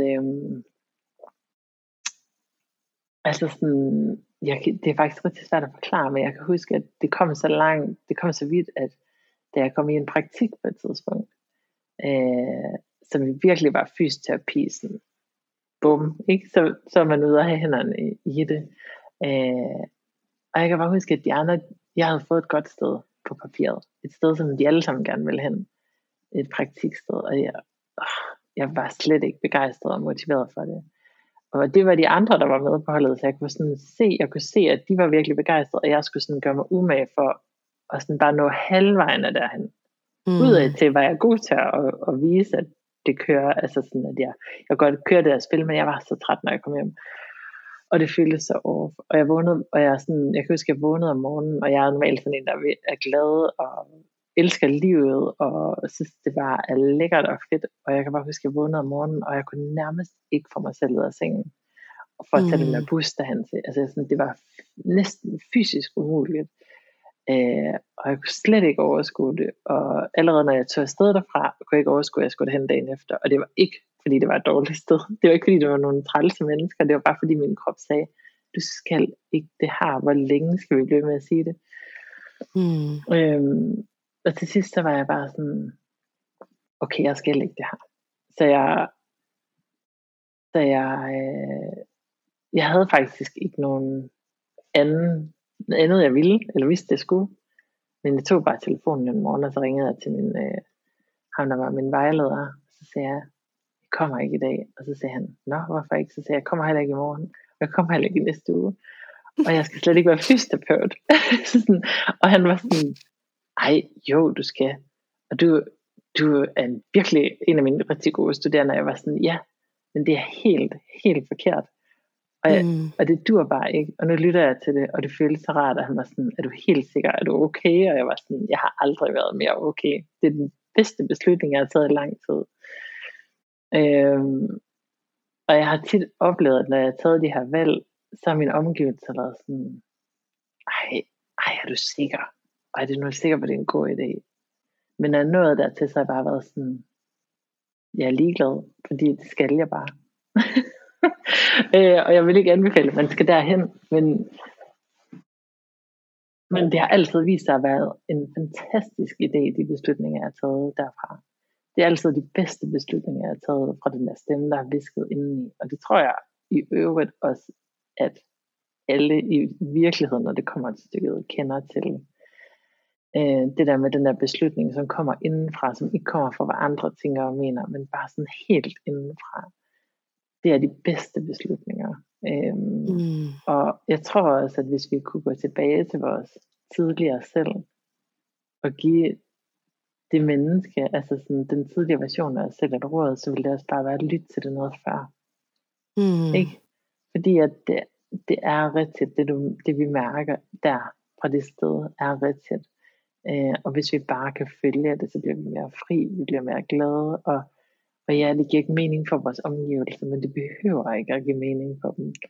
altså sådan, det er faktisk rigtig svært at forklare, men jeg kan huske, at det kom så langt, det kom så vidt, at da jeg kom i en praktik på et tidspunkt, som virkelig var fysioterapi, sådan, bum, ikke? Så er man ude og have hænderne i det. Og jeg kan bare huske, at de andre, jeg havde fået et godt sted på papiret, et sted, som de alle sammen gerne ville hen, et praktiksted, og jeg var slet ikke begejstret og motiveret for det. Og det var de andre, der var med på holdet, så jeg kunne se, at de var virkelig begejstrede, og jeg skulle sådan gøre mig umage for at sådan bare nå halvvejen af derhen. Udad til var jeg god til at vise, at det kører, altså sådan, at jeg godt køre det her spil, men jeg var så træt, når jeg kom hjem. Og det føltes så off. Og jeg vågnede, og jeg kan huske, at jeg vågnede om morgenen, og jeg er normalt sådan en, der er glad og elsker livet, og synes, det var lækkert og fedt. Og jeg kan bare huske, at jeg vågnede om morgenen, og jeg kunne nærmest ikke få mig selv ud af sengen. Og for at tage den der bus derhen til. Altså sådan, det var næsten fysisk umuligt. Og jeg kunne slet ikke overskue det. Og allerede når jeg tog afsted derfra, kunne jeg ikke overskue, at jeg skulle hen dagen efter. Og det var ikke, fordi det var et dårligt sted. Det var ikke, fordi det var nogle trælse mennesker. Det var bare, fordi min krop sagde, du skal ikke det her. Hvor længe skal vi blive med at sige det? Og til sidst, så var jeg bare sådan, okay, jeg skal ikke det her. Så jeg havde faktisk ikke nogen andet jeg ville, eller vidste det skulle. Men jeg tog bare telefonen en morgen, og så ringede jeg til ham, der var min vejleder. Så sagde jeg kommer ikke i dag. Og så sagde han, nå, hvorfor ikke? Så sagde jeg kommer heller ikke i morgen. Og jeg kommer heller ikke i næste uge. Og jeg skal slet ikke være fysioterapeut. Og han var sådan, ej, jo, du skal. Og du er virkelig en af mine rigtig gode studerende. Og jeg var sådan, ja, men det er helt, helt forkert. Og det dur bare ikke. Og nu lytter jeg til det, og det føles så rart, at han var sådan, er du helt sikker, er du okay? Og jeg var sådan, jeg har aldrig været mere okay. Det er den bedste beslutning, jeg har taget i lang tid. Og jeg har tit oplevet, at når jeg har taget de her valg, så har min omgivelse været sådan, ej, er du sikker? Og er det nu sikker på, at det er en god idé? Men når jeg nåede dertil, så har jeg bare været sådan, jeg er ligeglad, fordi det skal jeg bare. Og jeg vil ikke anbefale, at man skal derhen, men det har altid vist sig at være en fantastisk idé, de beslutninger, jeg har taget derfra. Det er altid de bedste beslutninger, jeg har taget fra den der stemme, der har visket indeni. Og det tror jeg i øvrigt også, at alle i virkeligheden, når det kommer til stykket, kender til. Det der med den der beslutning, som kommer indenfra, som ikke kommer fra, hvad andre tænker og mener, men bare sådan helt indenfra. Det er de bedste beslutninger. Og jeg tror også, at hvis vi kunne gå tilbage til vores tidligere selv, og give det menneske, altså sådan den tidligere version af os selv et råd, så ville det også bare være at lytte til det noget før. Ikke? Fordi at det er rigtigt, det vi mærker der, fra det sted er rigtigt. Og hvis vi bare kan følge det, så bliver vi mere fri, vi bliver mere glade, og ja, det giver ikke mening for vores omgivelser, men det behøver ikke at give mening for dem.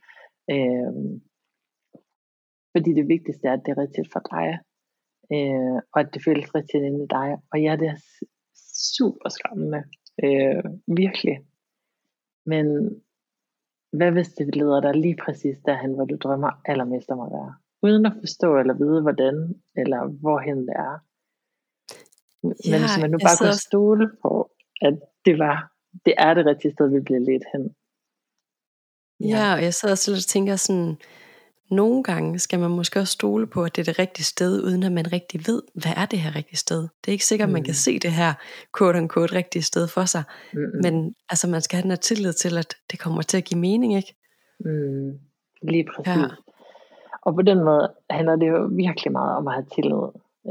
Fordi det vigtigste er, at det er rigtigt for dig, og at det føles rigtigt inde i dig. Og ja, det er super skræmmende, virkelig. Men hvad hvis det leder dig lige præcis derhen, hvor du drømmer allermest om at være? Uden at forstå eller vide, hvordan eller hvorhen det er. Men hvis man nu bare kunne stole på, at det er det rigtige sted, vi bliver ledt hen. Ja, og jeg sidder også og tænker sådan, nogle gange skal man måske også stole på, at det er det rigtige sted, uden at man rigtig ved, hvad er det her rigtige sted. Det er ikke sikkert, at man kan se det her quote-unquote rigtige sted for sig. Men altså, man skal have den her tillid til, at det kommer til at give mening, ikke? Lige præcis. Ja. Og på den måde handler det jo virkelig meget om at have tillid.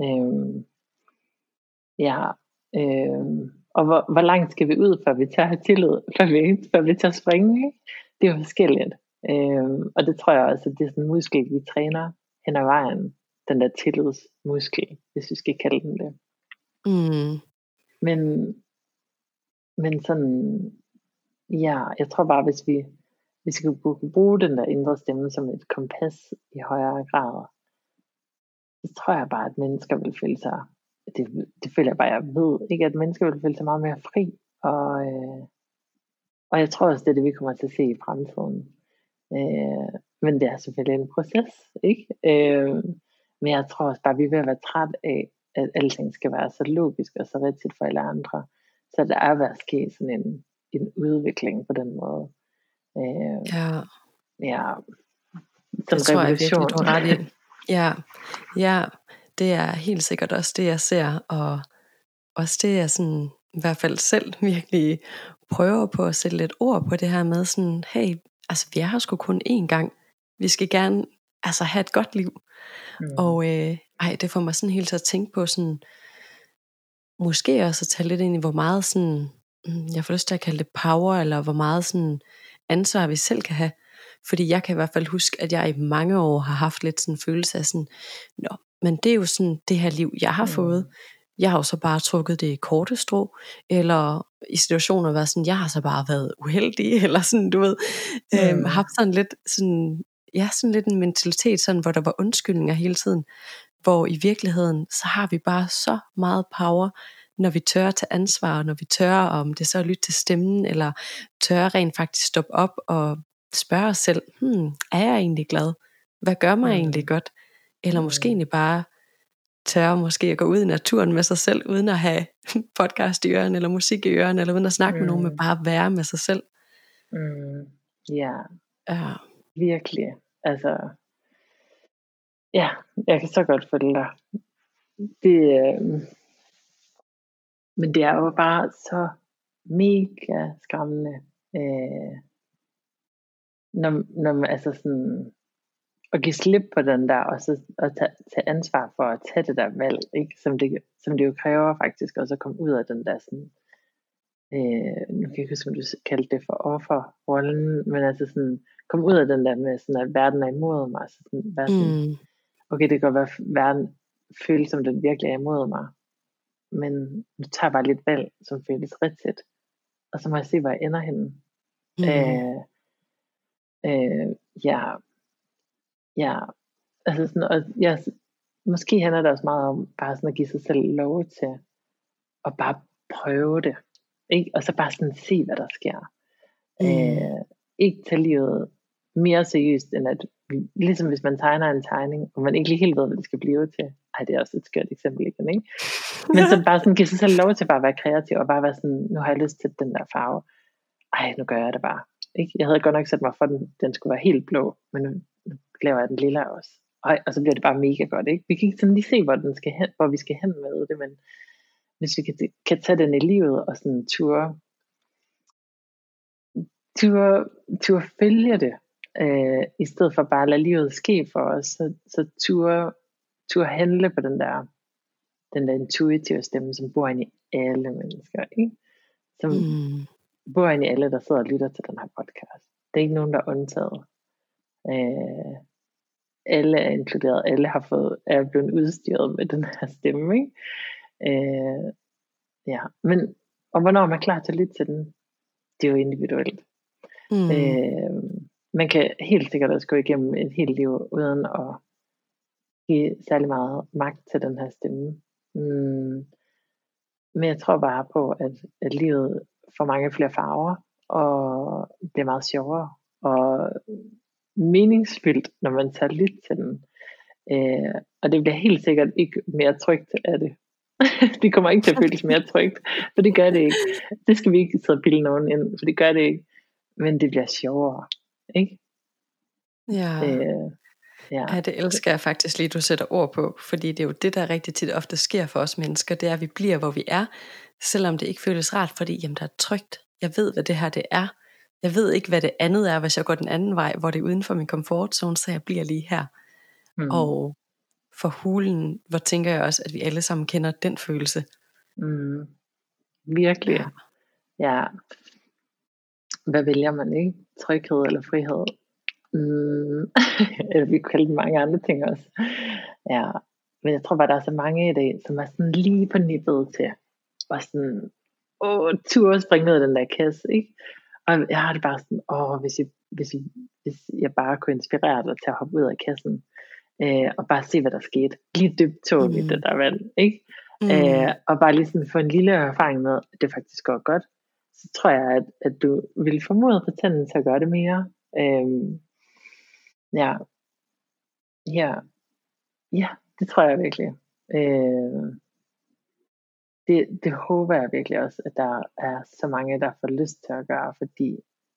Og hvor langt skal vi ud, før vi tager have tillid, før vi tager springe, ikke? Det er jo forskelligt. Og det tror jeg også, at det er sådan en muskel, vi træner hen ad vejen. Den der tillidsmuskel, hvis vi skal kalde den det. Men sådan, ja, jeg tror bare, hvis vi skal bruge den der indre stemme som et kompas i højere grad, så tror jeg bare, at mennesker vil føle sig, det føler jeg bare, jeg ved, ikke, at mennesker vil føle sig meget mere fri, og jeg tror også, det er det, vi kommer til at se i fremtiden. Men det er selvfølgelig en proces, ikke? Men jeg tror også bare, at vi er ved at være træt af, at alting skal være så logisk og så rigtigt for alle andre. Så der er ved at ske sådan en udvikling på den måde. Ja. Det tror jeg virkelig, du har ret i. Ja, det er helt sikkert også det, jeg ser, og også det, jeg sådan, i hvert fald selv virkelig prøver på at sætte lidt ord på det her med sådan, hey, altså vi er her sgu kun én gang. Vi skal gerne have et godt liv. Og det får mig sådan helt til at tænke på sådan, måske også at tage lidt ind i, hvor meget sådan, jeg får lyst til at kalde det power, eller hvor meget sådan ansvar vi selv kan have. Fordi jeg kan i hvert fald huske, at jeg i mange år har haft lidt sådan en følelse af sådan, men det er jo sådan det her liv, jeg har fået. Jeg har jo så bare trukket det korte strå, eller i situationer været sådan, jeg har så bare været uheldig, eller sådan, du ved, haft sådan lidt sådan, sådan lidt en mentalitet, sådan, hvor der var undskyldninger hele tiden, hvor i virkeligheden, så har vi bare så meget power, når vi tør at tage ansvar, når vi tør, om det så at lytte til stemmen, eller tør rent faktisk stoppe op og spørge os selv, er jeg egentlig glad? Hvad gør mig egentlig godt? Eller måske egentlig bare tør måske at gå ud i naturen med sig selv, uden at have podcast i ørerne, eller musik i ørerne, eller uden at snakke med nogen, men bare være med sig selv. Ja, virkelig. Altså, ja, jeg kan så godt følge dig. Men det er jo bare så mega skræmmende, når man altså sådan, at give slip på den der, og så at tage ansvar for at tage det der valg, ikke? Som det jo kræver faktisk også at komme ud af den der sådan, nu kan jeg ikke huske, om du kaldte det for offerrollen, men altså sådan, komme ud af den der med sådan, at verden er imod mig, så sådan, sådan, okay, det kan godt være, at verden føles som den virkelig er imod mig, men nu tager jeg bare lidt valg, som føles rigtigt, og så må jeg se, hvor jeg ender henne. Ja, altså sådan, og måske handler det også meget om bare sådan at give sig selv lov til at bare prøve det, ikke? Og så bare sådan se, hvad der sker. Ikke tage livet mere seriøst, end at ligesom hvis man tegner en tegning, og man ikke lige helt ved, hvad det skal blive til. Ej, det er også et skørt eksempel igen, ikke? Men så bare sådan give sig selv lov til bare at være kreativ, og bare være sådan, nu har jeg lyst til den der farve. Ej, nu gør jeg det bare. Ikke? Jeg havde godt nok sat mig for, at den skulle være helt blå, men nu laver jeg den lilla også. Og så bliver det bare mega godt, ikke? Vi kan ikke sådan lige se, hvor vi skal hen med det, men hvis vi kan tage den i livet, og sådan ture følge det, i stedet for bare at lade livet ske for os, så ture handle på den der intuitive stemme, som bor inde i alle mennesker, ikke? Som bor inde i alle, der sidder og lytter til den her podcast. Det er ikke nogen, der er undtaget. alle er inkluderet, alle er blevet udstyret med den her stemme, ikke? Ja, men og hvornår er man klar til at lytte til den? Det er jo individuelt. Man kan helt sikkert også gå igennem et helt liv uden at give særlig meget magt til den her stemme. Men jeg tror bare på, at livet får mange flere farver, og det er meget sjovere og meningsfyldt, når man tager lyt til den. Og det bliver helt sikkert ikke mere trygt af det. Det kommer ikke til at føles mere trygt, for det gør det ikke. Det skal vi ikke sidde og pille nogen ind, for det gør det ikke. Men det bliver sjovere, ikke? Ja. Ja, det elsker jeg faktisk lige, du sætter ord på, fordi det er jo det, der rigtig tit ofte sker for os mennesker, det er, at vi bliver, hvor vi er, selvom det ikke føles rart, fordi jamen, der er trygt. Jeg ved, hvad det her det er. Jeg ved ikke, hvad det andet er, hvis jeg går den anden vej, hvor det er uden for min komfortzone, så jeg bliver lige her. Og for hulen, hvor tænker jeg også, at vi alle sammen kender den følelse. Virkelig. Ja. Hvad vælger man, ikke? Tryghed eller frihed? Eller vi kan kalde det mange andre ting også. Ja. Men jeg tror bare, der er så mange i dag, som er sådan lige på nippet til og sådan, turde springe ud af den der kasse, ikke? Og jeg har det bare sådan, hvis jeg bare kunne inspirere dig til at hoppe ud af kassen, og bare se, hvad der skete. Lige dybt tog i det der vand, ikke? Og bare lige sådan få en lille erfaring med, at det faktisk går godt. Så tror jeg, at du vil formode på tænden til at gøre det mere. Ja, det tror jeg virkelig. Det håber jeg virkelig også, at der er så mange, der får lyst til at gøre, fordi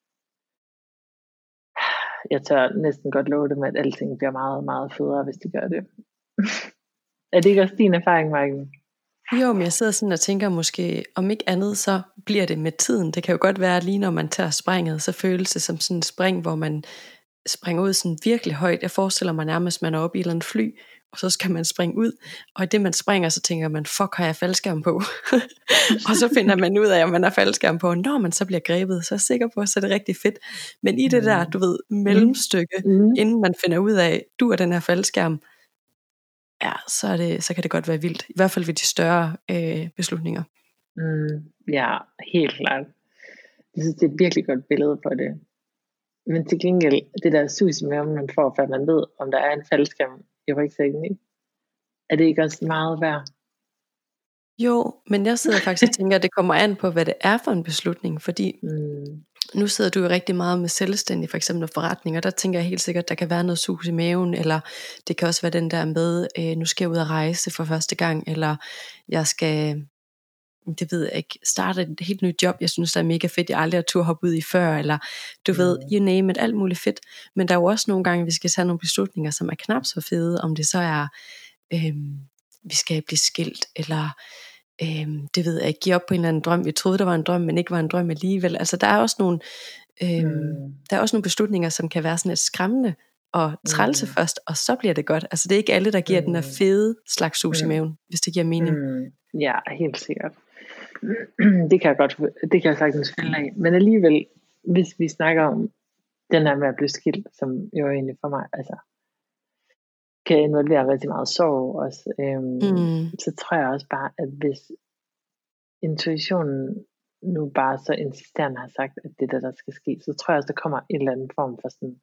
jeg tør næsten godt love dem, at alting bliver meget, meget federe, hvis de gør det. Er det ikke også din erfaring, Maiken? Jo, men jeg sidder sådan og tænker måske, om ikke andet, så bliver det med tiden. Det kan jo godt være, at lige når man tager springet, så føles det som sådan en spring, hvor man springer ud sådan virkelig højt. Jeg forestiller mig nærmest, at man er oppe i et eller andet fly, og så skal man springe ud, og i det man springer, så tænker man, fuck, har jeg faldskærm på? Og så finder man ud af, om man har faldskærm på, og når man så bliver grebet, så er jeg sikker på, så er det rigtig fedt. Men i det der, du ved, mellemstykke, inden man finder ud af, du er den her faldskærm, ja, så kan det godt være vildt. I hvert fald ved de større beslutninger. Ja, helt klart. Jeg synes, det er et virkelig godt billede på det. Men til gengæld, det der sus med, om man får, for man ved, om der er en faldskærm i rygsækken, ikke? Er det ikke også meget værd? Jo, men jeg sidder faktisk og tænker, at det kommer an på, hvad det er for en beslutning, fordi nu sidder du jo rigtig meget med selvstændig, for eksempel forretninger, der tænker jeg helt sikkert, at der kan være noget sus i maven, eller det kan også være den der med, nu skal jeg ud og rejse for første gang, eller jeg skal, det ved jeg ikke, starte et helt nyt job, jeg synes, der er mega fedt, jeg aldrig har tur hoppe ud i før, eller du ved, you name it, alt muligt fedt, men der er jo også nogle gange, vi skal tage nogle beslutninger, som er knap så fede, om det så er, vi skal blive skilt, eller det ved jeg ikke, give op på en eller anden drøm, vi troede der var en drøm, men ikke var en drøm alligevel, altså der er også nogle der er også nogle beslutninger, som kan være sådan lidt skræmmende og trælse først, og så bliver det godt, altså det er ikke alle, der giver den her fede slags sus i maven, hvis det giver mening. Ja, helt sikkert. Det kan jeg sagtens følge af, men alligevel, hvis vi snakker om den her med at blive skilt, som jo egentlig for mig, altså kan involvere rigtig meget sorg også, så tror jeg også bare, at hvis intuitionen nu bare så insisterende har sagt, at det der skal ske, så tror jeg også, der kommer en eller anden form for sådan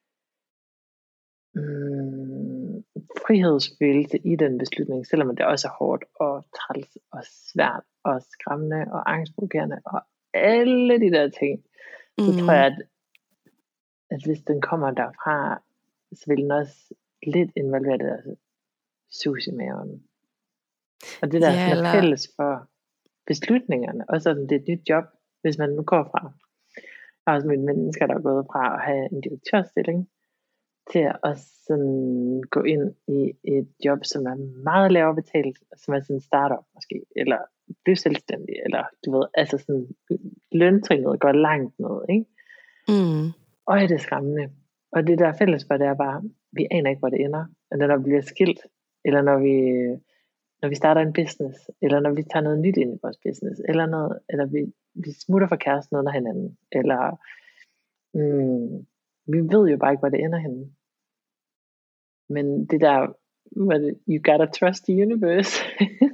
frihedsfølelse i den beslutning, selvom det også er hårdt og træls og svært og skræmmende og angstprovokerende og alle de der ting, så tror jeg, at hvis den kommer derfra, så vil den også lidt involvere det der sus i maven. Og det der er fælles for beslutningerne, og sådan det er et nyt job, hvis man nu går fra. Jeg har også mødt mennesker, der er gået fra at have en direktørstilling til at sådan gå ind i et job, som er meget lavere betalt, som er sådan en startup måske, eller blive selvstændig, eller du ved, altså sådan løntrinnet går langt ned, ikke? Og det er skræmmende. Og det der er fælles for, det er bare, vi aner ikke, hvor det ender. Eller når vi bliver skilt, eller når vi starter en business, eller når vi tager noget nyt ind i vores business, eller vi smutter fra kæresten under hinanden, eller vi ved jo bare ikke, hvor det ender henne. Men det der, you gotta trust the universe.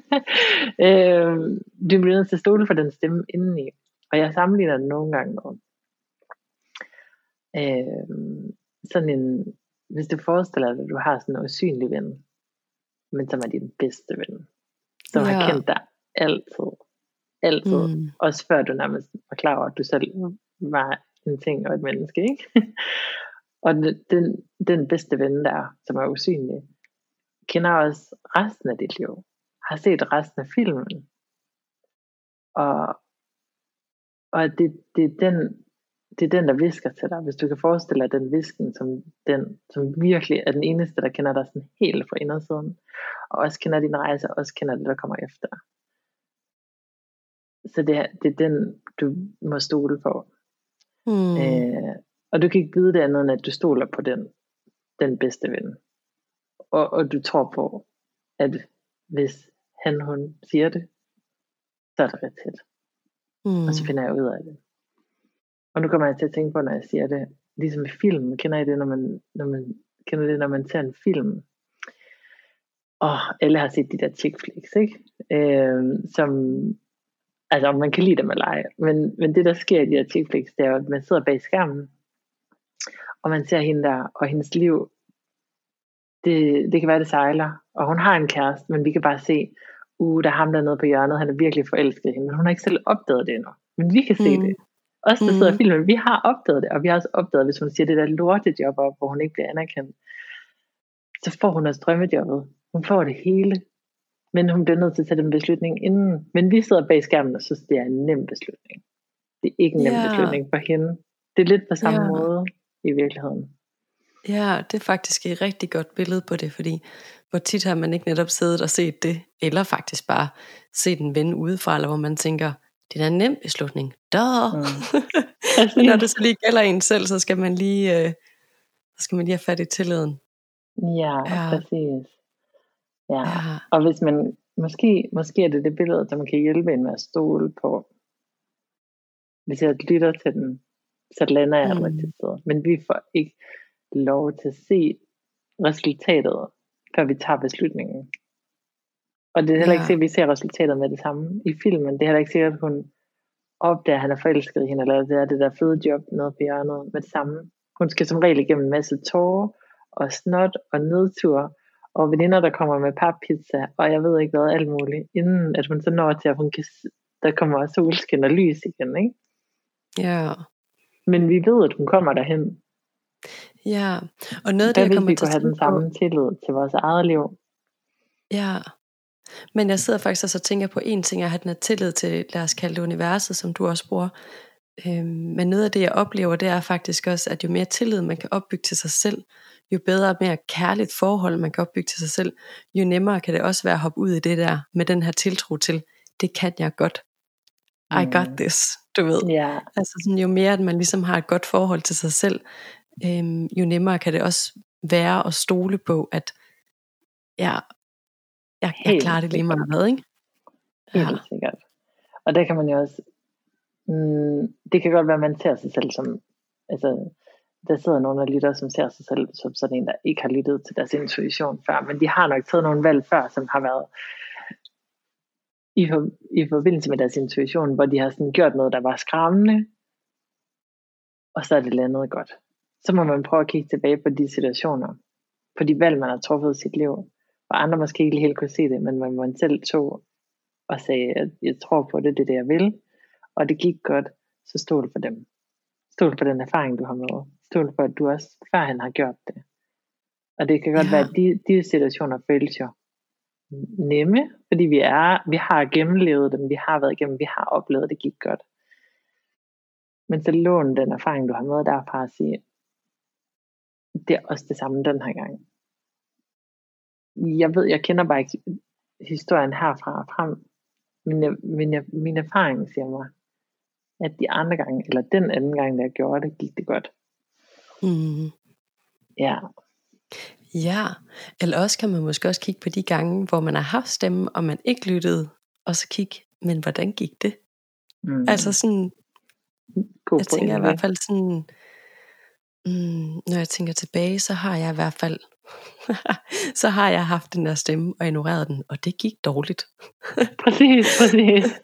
Du bliver nødt til at stole for den stemme indeni. Og jeg sammenligner det nogle gange med sådan en, hvis du forestiller dig, at du har sådan en usynlig ven, men som er din bedste ven, som har kendt dig altid, også før du nærmest var klar over, at du selv var en ting og et menneske, ikke? Og den bedste ven der, som er usynlig, kender også resten af dit liv, har set resten af filmen, og det er den, der visker til dig. Hvis du kan forestille dig den visken som den, som virkelig er den eneste, der kender dig sådan helt fra indersiden, og også kender din rejse, og også kender det, der kommer efter. Så det er den, du må stole på. Og du kan ikke vide det andet, end at du stoler på den bedste ven. Og du tror på, at hvis hun siger det, så er det rigtigt. Og så finder jeg ud af det. Og nu kommer jeg til at tænke på, når jeg siger det, ligesom i film, kender I det, når man ser en film? Alle har set de der chick flicks, ikke? Som, altså om man kan lide dem eller ej, men det der sker i de der chick flicks, det er jo, at man sidder bag skærmen, og man ser hende der, og hendes liv, det kan være, det sejler, og hun har en kæreste, men vi kan bare se, der er ham dernede på hjørnet, han er virkelig forelsket i hende, men hun har ikke selv opdaget det endnu, men vi kan se det. Os der sidder i filmen, vi har opdaget det, og vi har også opdaget, hvis hun siger det der lortejob op, hvor hun ikke bliver anerkendt, så får hun også drømmejobbet. Hun får det hele, men hun bliver nødt til at tage den beslutning inden. Men vi sidder bag skærmen og synes, det er en nem beslutning. Det er ikke en nem beslutning for hende. Det er lidt på samme måde i virkeligheden. Ja, det er faktisk et rigtig godt billede på det, fordi hvor tit har man ikke netop siddet og set det, eller faktisk bare set en ven udefra, eller hvor man tænker, det er en nem beslutning. Men når det så lige gælder en selv, så skal man lige have fat i tilliden. Ja, præcis. Ja. Og hvis man, måske er det billede, som kan hjælpe en med at stole på. Hvis jeg lytter til den, så lander jeg et rigtigt sted. Men vi får ikke lov til at se resultatet, før vi tager beslutningen. Og det er heller ikke sikkert, at vi ser resultatet med det samme i filmen. Det er heller ikke sikkert, at hun opdager, at han er forelsket i hende, eller det er det der fede job nede på hjørnet med det samme. Hun skal som regel igennem en masse tårer, og snot, og nedtur, og veninder, der kommer med pappizza, og jeg ved ikke hvad, alt muligt, inden at hun så når til, at hun kan, der kommer solskin og lys igen, ikke? Ja. Men vi ved, at hun kommer derhen. Ja, og noget af det, jeg kommer til at have den samme tillid til vores eget liv. Ja, men jeg sidder faktisk også og tænker på en ting, at have den her tillid til, lad os kalde det universet, som du også bruger. Men noget af det, jeg oplever, det er faktisk også, at jo mere tillid man kan opbygge til sig selv, jo bedre og mere kærligt forhold man kan opbygge til sig selv, jo nemmere kan det også være at hoppe ud i det der, med den her tiltro til, det kan jeg godt. I got this, du ved. Yeah. Altså sådan, jo mere at man ligesom har et godt forhold til sig selv, jo nemmere kan det også være at stole på, at jeg klarer det lige meget med, ikke? Helt sikkert. Og der kan man jo også, det kan godt være, at man ser sig selv som, altså, der sidder nogle af lyttere, som ser sig selv som sådan en, der ikke har lyttet til deres intuition før, men de har nok taget nogle valg før, som har været i forbindelse med deres intuition, hvor de har sådan gjort noget, der var skræmmende, og så er det landet godt. Så må man prøve at kigge tilbage på de situationer, på de valg, man har truffet i sit liv, hvor andre måske ikke helt kunne se det, men hvor man selv tog og sagde, at jeg tror på det, det er det, jeg vil, og det gik godt, så stol på dem. Stol på den erfaring, du har med. Stol på, at du også førhen har gjort det. Og det kan godt være, at de situationer føles jo nemme, fordi vi har gennemlevet dem, vi har været igennem, vi har oplevet, det gik godt. Men så lån den erfaring, du har med derfra at sige, det er også det samme den her gang. Jeg kender bare ikke historien herfra og frem, min erfaring siger mig, at de andre gange, eller den anden gang, da jeg gjorde det, gik det godt. Ja. Ja, eller også kan man måske også kigge på de gange, hvor man har haft stemme, og man ikke lyttede, og så kigge, men hvordan gik det? Altså sådan, God jeg tænker i hvert fald sådan, når jeg tænker tilbage, så har jeg i hvert fald så har jeg haft den der stemme og ignoreret den, og det gik dårligt. Præcis.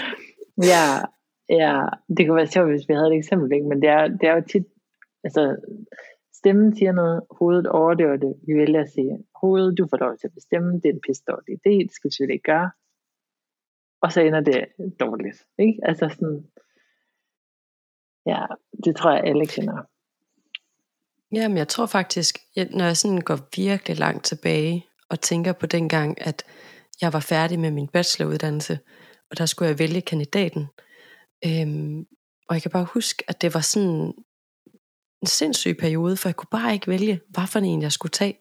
Ja, det kunne være sjovt, hvis vi havde et eksempel, ikke? Men det er jo tit, altså stemmen siger noget, hovedet overdøver det. Vi vælger at sige, hovedet, du får lov til at bestemme, det er en pisse dårlig idé, det skal vi selvfølgelig ikke gøre. Og så ender det dårligt, ikke? Altså sådan, ja, det tror jeg alle kender. Jamen, jeg tror faktisk, når jeg sådan går virkelig langt tilbage og tænker på dengang, at jeg var færdig med min bacheloruddannelse, og der skulle jeg vælge kandidaten. Og jeg kan bare huske, at det var sådan en sindssyg periode, for jeg kunne bare ikke vælge, hvad for en jeg skulle tage.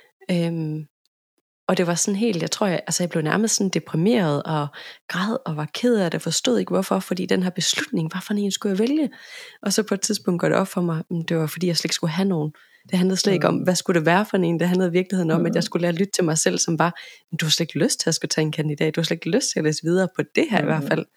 Og det var sådan helt, jeg tror, jeg blev nærmest sådan deprimeret og græd og var ked af det, forstod ikke hvorfor, fordi den her beslutning, hvad for en skulle jeg vælge? Og så på et tidspunkt går det op for mig, det var fordi jeg slet ikke skulle have nogen. Det handlede slet ikke om, hvad skulle det være for en? Det handlede i virkeligheden om, at jeg skulle lære at lytte til mig selv, som var, du har slet ikke lyst til at skulle tage en kandidat, du har slet ikke lyst til at læse videre på det her i hvert fald.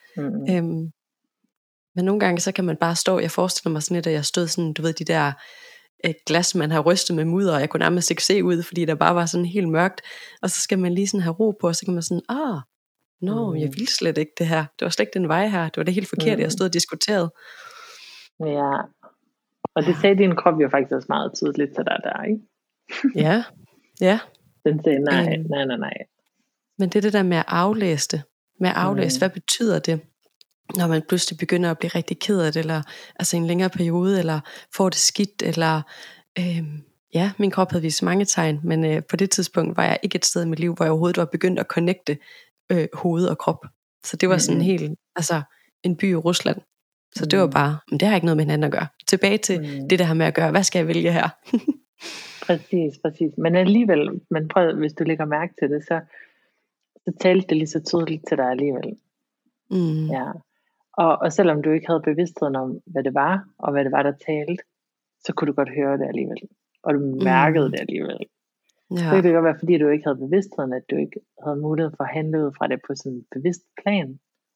Men nogle gange, så kan man bare stå, jeg forestiller mig sådan lidt, at jeg stod sådan, du ved, de der glas, man har rystet med mudder, og jeg kunne nærmest ikke se ud, fordi der bare var sådan helt mørkt, og så skal man lige sådan have ro på, og så kan man sådan, jeg ville slet ikke det her, det var slet ikke den vej her, det var det helt forkerte, jeg stod og diskuterede. Ja, og det sagde din krop jo faktisk også meget tydeligt til dig der, ikke? Ja. Den sagde nej. Men det er det der med at aflæse det, hvad betyder det, når man pludselig begynder at blive rigtig ked af det, eller altså en længere periode, eller får det skidt, eller min krop havde vist mange tegn, men på det tidspunkt var jeg ikke et sted i mit liv, hvor jeg overhovedet var begyndt at connecte hoved og krop. Så det var sådan helt, altså en by i Rusland. Så det var bare, men det har ikke noget med hinanden at gøre. Tilbage til det der med at gøre, hvad skal jeg vælge her? Præcis. Men alligevel, man prøver, hvis du lægger mærke til det, så talte det lige så tydeligt til dig alligevel. Ja. Og selvom du ikke havde bevidstheden om, hvad det var, og hvad det var, der talte, så kunne du godt høre det alligevel. Og du mærkede det alligevel. Ja. Så kan det godt være, fordi du ikke havde bevidstheden, at du ikke havde mulighed for at handle ud fra det på sådan en bevidst plan.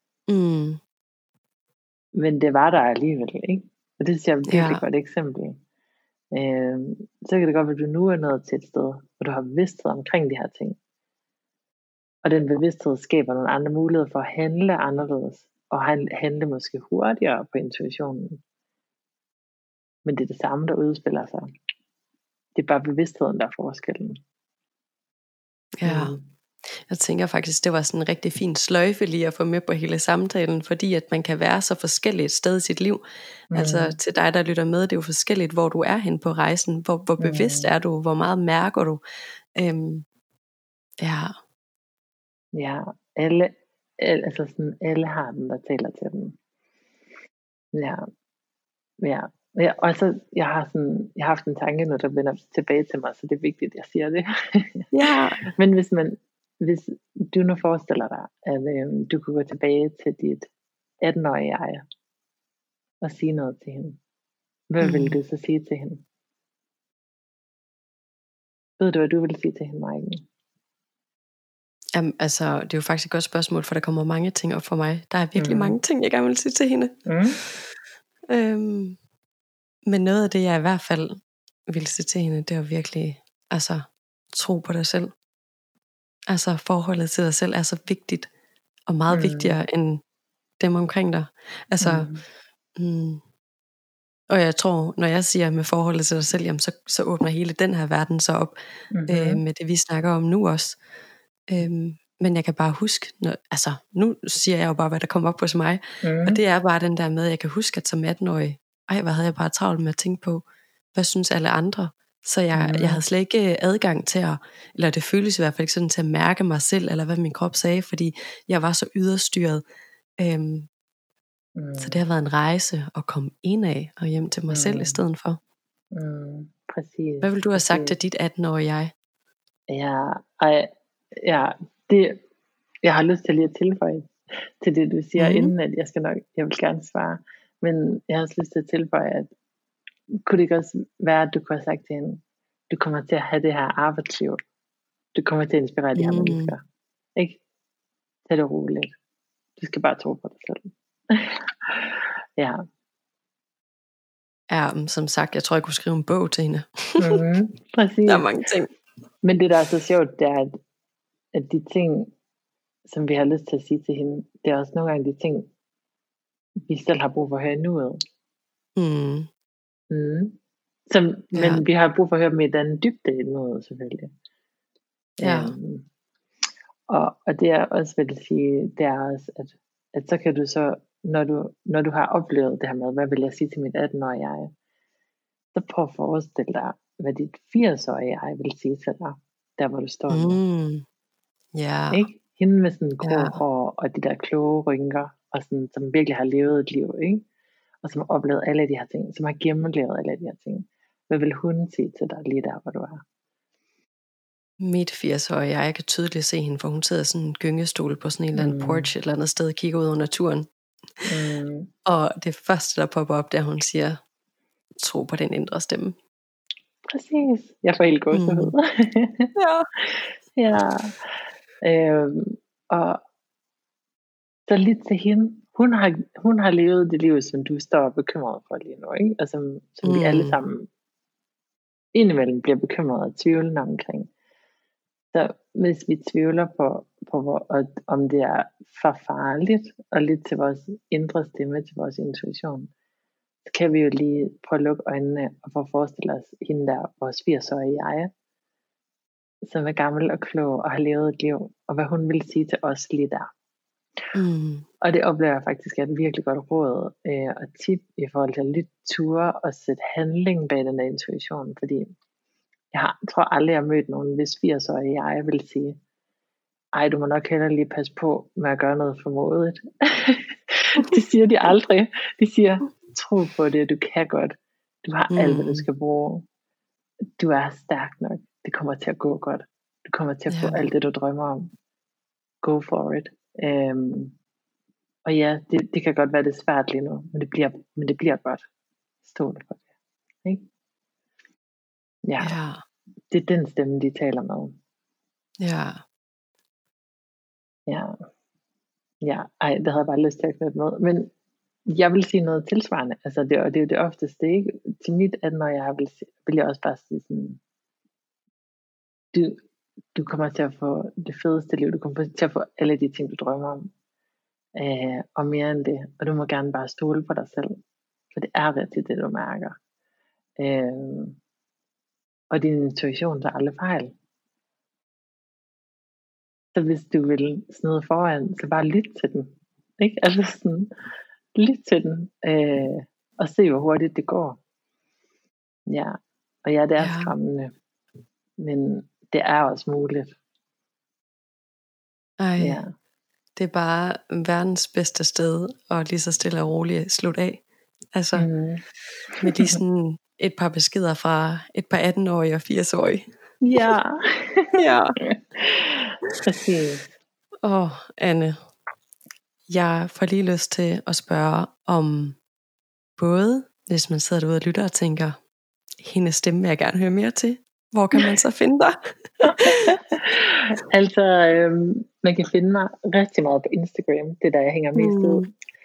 Men det var der alligevel, ikke? Og det synes jeg er et virkelig godt eksempel. Så kan det godt være, at du nu er nået til et sted, hvor du har bevidsthed omkring de her ting. Og den bevidsthed skaber nogle andre muligheder for at handle anderledes. Og handle måske hurtigere på intuitionen. Men det er det samme, der udspiller sig. Det er bare bevidstheden, der er forskellen. Ja, jeg tænker faktisk, det var sådan en rigtig fin sløjfe lige at få med på hele samtalen, fordi at man kan være så forskelligt et sted i sit liv. Altså til dig, der lytter med, det er jo forskelligt, hvor du er hen på rejsen, hvor bevidst er du, hvor meget mærker du. Ja, altså sådan, alle har den, der taler til dem. Ja. Og så jeg har haft en tanke, når der vender tilbage til mig, så det er vigtigt, at jeg siger det. Ja. Men hvis du nu forestiller dig, at du kunne gå tilbage til dit 18-årige jeg og sige noget til hende, hvad ville du så sige til hende? Ved du, hvad du ville sige til hende, Maiken? Altså, det er jo faktisk et godt spørgsmål, for der kommer mange ting op for mig. Der er virkelig mange ting, jeg gerne vil sige til hende. Men noget af det, jeg i hvert fald ville sige til hende, det er virkelig, altså, tro på dig selv. Altså, forholdet til dig selv er så vigtigt, og meget vigtigere end dem omkring dig. Altså, og jeg tror, når jeg siger med forholdet til dig selv, jamen, så åbner hele den her verden så op, med det vi snakker om nu også. Men jeg kan bare huske, nu siger jeg jo bare, hvad der kommer op hos mig, og det er bare den der med, at jeg kan huske, at som 18-årig, hvad havde jeg bare travlt med at tænke på, hvad synes alle andre, så jeg havde slet ikke adgang til at, eller det føles i hvert fald ikke sådan til at mærke mig selv, eller hvad min krop sagde, fordi jeg var så yderstyret. Så det har været en rejse at komme indad og hjem til mig selv i stedet for. Præcis. Hvad vil du have sagt til dit 18-årige jeg? Det jeg har lyst til lige at tilføje til det du siger, inden at jeg vil gerne svare, men jeg har også lyst til at tilføje, at kunne det ikke også være, at du kunne have sagt til hende, du kommer til at have det her arbejdsliv, du kommer til at inspirere de her mennesker, ikke? Tag det roligt, du skal bare tro på dig selv. Ja. som sagt, jeg tror, jeg kunne skrive en bog til hende. Præcis. Der er mange ting. Men det, der er så sjovt, det er, at de ting, som vi har lyst til at sige til hende, det er også nogle gange de ting, vi selv har brug for at høre i nuet. Men vi har brug for at høre dem i et andet dybde i nuet, selvfølgelig. Ja. Og det er også, vil sige, det er også, at så kan du så, når du har oplevet det her med, hvad vil jeg sige til mit 18-årige jeg, så prøv at forestille dig, hvad dit 80-årige jeg vil sige til dig, der hvor du står nu. Yeah. Ikke? Hende med sådan grå hår, og de der kloge rynker, og sådan, som virkelig har levet et liv, ikke? Og som har oplevet alle de her ting, som har gennemlevet alle de her ting. Hvad vil hun sige til dig lige der, hvor du er? Mit 80-årige jeg kan tydeligt se hende, for hun sidder i sådan en gyngestol på sådan en eller anden porch et eller andet sted og kigger ud over naturen. Og det første, der popper op, det er, hun siger, tro på den indre stemme. Præcis. Jeg får helt gåsehud. Ja. Og så lidt til hende. Hun har levet det liv, som du står bekymret for lige nu, ikke? Og som vi alle sammen indimellem bliver bekymret og tvivlende omkring. Så hvis vi tvivler på om det er for farligt at lytte til vores indre stemme, til vores intuition, så kan vi jo lige prøve at lukke øjnene og få forestille os hende der, vores 80-årige jeg, som er gammel og klog og har levet et liv, og hvad hun vil sige til os lige der. Og det oplever jeg faktisk er et virkelig godt råd og tip i forhold til at lytte, ture og sætte handling bag den der intuition, fordi jeg tror aldrig, jeg har mødt nogen, hvis 80-årige jeg vil sige, ej, du må nok heller lige passe på med at gøre noget formodigt. Det siger de aldrig. De siger, tro på det, du kan godt. Du har alt, hvad du skal bruge. Du er stærk nok. Det kommer til at gå godt. Du kommer til at få alt det, du drømmer om. Go for it. Og ja, det kan godt være det svært lige nu, men det bliver godt. Stol på det. Ikke? Ja. Det er den stemme, de taler med. Ja. Ej, det havde jeg bare lyst til at knytte med. Men jeg vil sige noget tilsvarende. Altså, det er jo det ofteste, ikke? Til mit 18-år, vil jeg også bare sige sådan, du kommer til at få det fedeste liv. Du kommer til at få alle de ting, du drømmer om. Og mere end det. Og du må gerne bare stole på dig selv. For det er rigtigt, det du mærker. Og din intuition tager aldrig fejl. Så hvis du vil snyde foran, så bare lyt til den. Ikke? Altså sådan, lyt til den. Og se, hvor hurtigt det går. Ja. Og ja, det er skræmmende. Men det er også muligt. Ja. Det er bare verdens bedste sted, og lige så stille og roligt slutte af. Altså, med lige sådan et par beskeder fra et par 18-årige og 80-årige. Ja. Ja. Præcis. Anne, jeg får lige lyst til at spørge om både, hvis man sidder derude og lytter og tænker, hendes stemme vil jeg gerne høre mere til. Hvor kan man så finde dig? Altså, man kan finde mig rigtig meget på Instagram. Det er der, jeg hænger mest ud.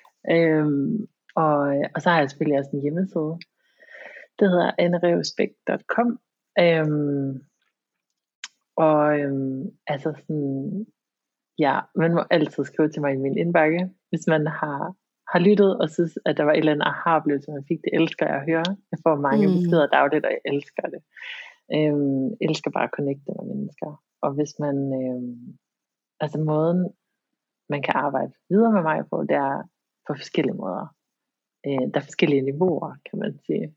Og så har jeg selvfølgelig også en hjemmeside. Det hedder annerevsbæk.com. Altså sådan, ja, man må altid skrive til mig i min indbakke, hvis man har lyttet og synes, at der var et eller andet aha-oplevelse, man fik. Det elsker jeg at høre. Jeg får mange beskeder dagligt, og jeg elsker det. Elsker bare at connecte med mennesker. Og hvis man altså måden man kan arbejde videre med mig på, det er på forskellige måder. Der er forskellige niveauer, kan man sige.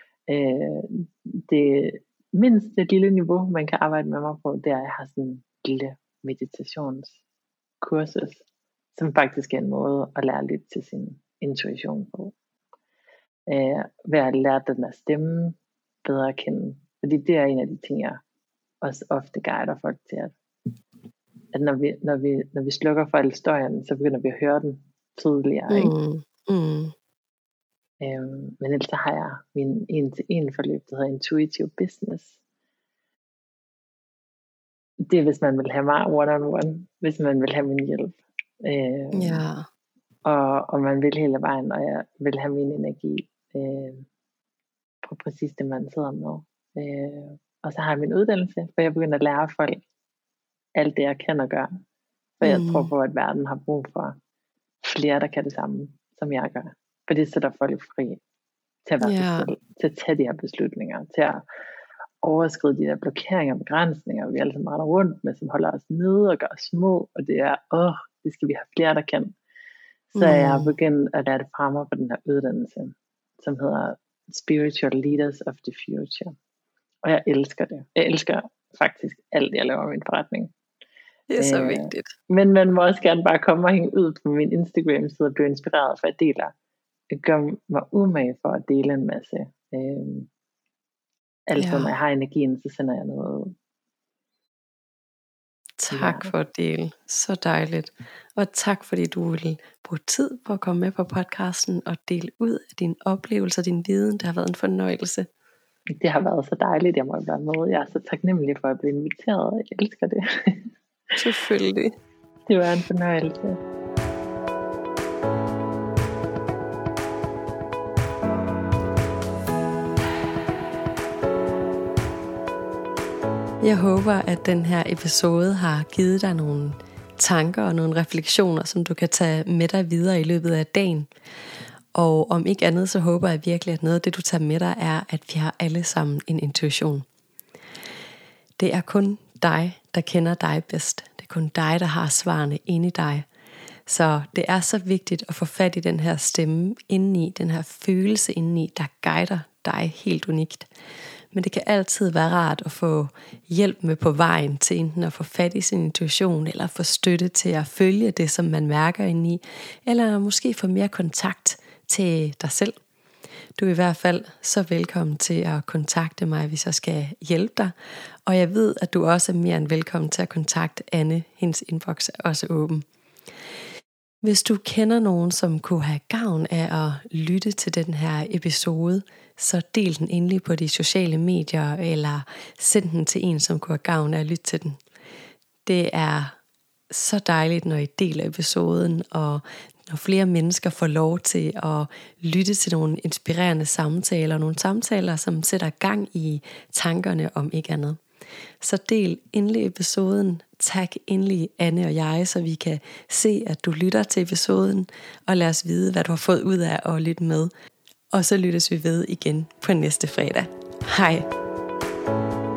Det mindste lille niveau man kan arbejde med mig på, det er at jeg har sådan en lille meditationskursus, som faktisk er en måde at lære lidt til sin intuition på. Ved at lære den der stemme bedre at kende. Fordi det er en af de ting, jeg også ofte guider folk til, at når vi slukker for al støjen, så begynder vi at høre den tydeligere. Ikke? Men ellers så har jeg min 1-til-1 forløb, der hedder Intuitive Business. Det er, hvis man vil have mig one-on-one, hvis man vil have min hjælp. Og man vil hele vejen, og jeg vil have min energi. på præcis det, man sidder med. Og så har jeg min uddannelse, for jeg begynder at lære folk alt det, jeg kan og gøre. For jeg tror på, at verden har brug for flere, der kan det samme, som jeg gør. For det sætter folk fri til at være sig selv, til at tage de her beslutninger, til at overskride de der blokeringer og begrænsninger, vi alle sammen render rundt med, som holder os nede og gør os små, og det er, det skal vi have flere, der kan. Så jeg har begyndt at lære det fremme på den her uddannelse, som hedder Spiritual Leaders of the Future. Og jeg elsker det. Jeg elsker faktisk alt, jeg laver i min forretning. Det er så vigtigt. Men man må også gerne bare komme og hænge ud på min Instagram-side og blive inspireret, for jeg deler. Jeg gør mig umage for at dele en masse. Altså når jeg har energien, så sender jeg noget ud. Tak for at dele. Så dejligt. Og tak fordi du ville bruge tid på at komme med på podcasten og dele ud af dine oplevelser, din viden. Det har været en fornøjelse. Det har været så dejligt, jeg må være med. Jeg er så taknemmelig for at blive inviteret. Jeg elsker det. Selvfølgelig. Det var en fornøjelse. Jeg håber, at den her episode har givet dig nogle tanker og nogle refleksioner, som du kan tage med dig videre i løbet af dagen. Og om ikke andet, så håber jeg virkelig, at noget af det, du tager med dig, er, at vi har alle sammen en intuition. Det er kun dig, der kender dig bedst. Det er kun dig, der har svarene inde i dig. Så det er så vigtigt at få fat i den her stemme indeni, den her følelse indeni, der guider dig helt unikt. Men det kan altid være rart at få hjælp med på vejen til enten at få fat i sin intuition, eller få støtte til at følge det, som man mærker indeni, eller måske få mere kontakt til dig selv. Du er i hvert fald så velkommen til at kontakte mig, hvis jeg skal hjælpe dig. Og jeg ved, at du også er mere end velkommen til at kontakte Anne. Hendes inbox er også åben. Hvis du kender nogen, som kunne have gavn af at lytte til den her episode, så del den endelig på de sociale medier, eller send den til en, som kunne have gavn af at lytte til den. Det er så dejligt, når I deler episoden, og når flere mennesker får lov til at lytte til nogle inspirerende samtaler, nogle samtaler, som sætter gang i tankerne om ikke andet. Så del endelig episoden, tag endelig Anne og jeg, så vi kan se, at du lytter til episoden, og lad os vide, hvad du har fået ud af at lytte med. Og så lyttes vi ved igen på næste fredag. Hej!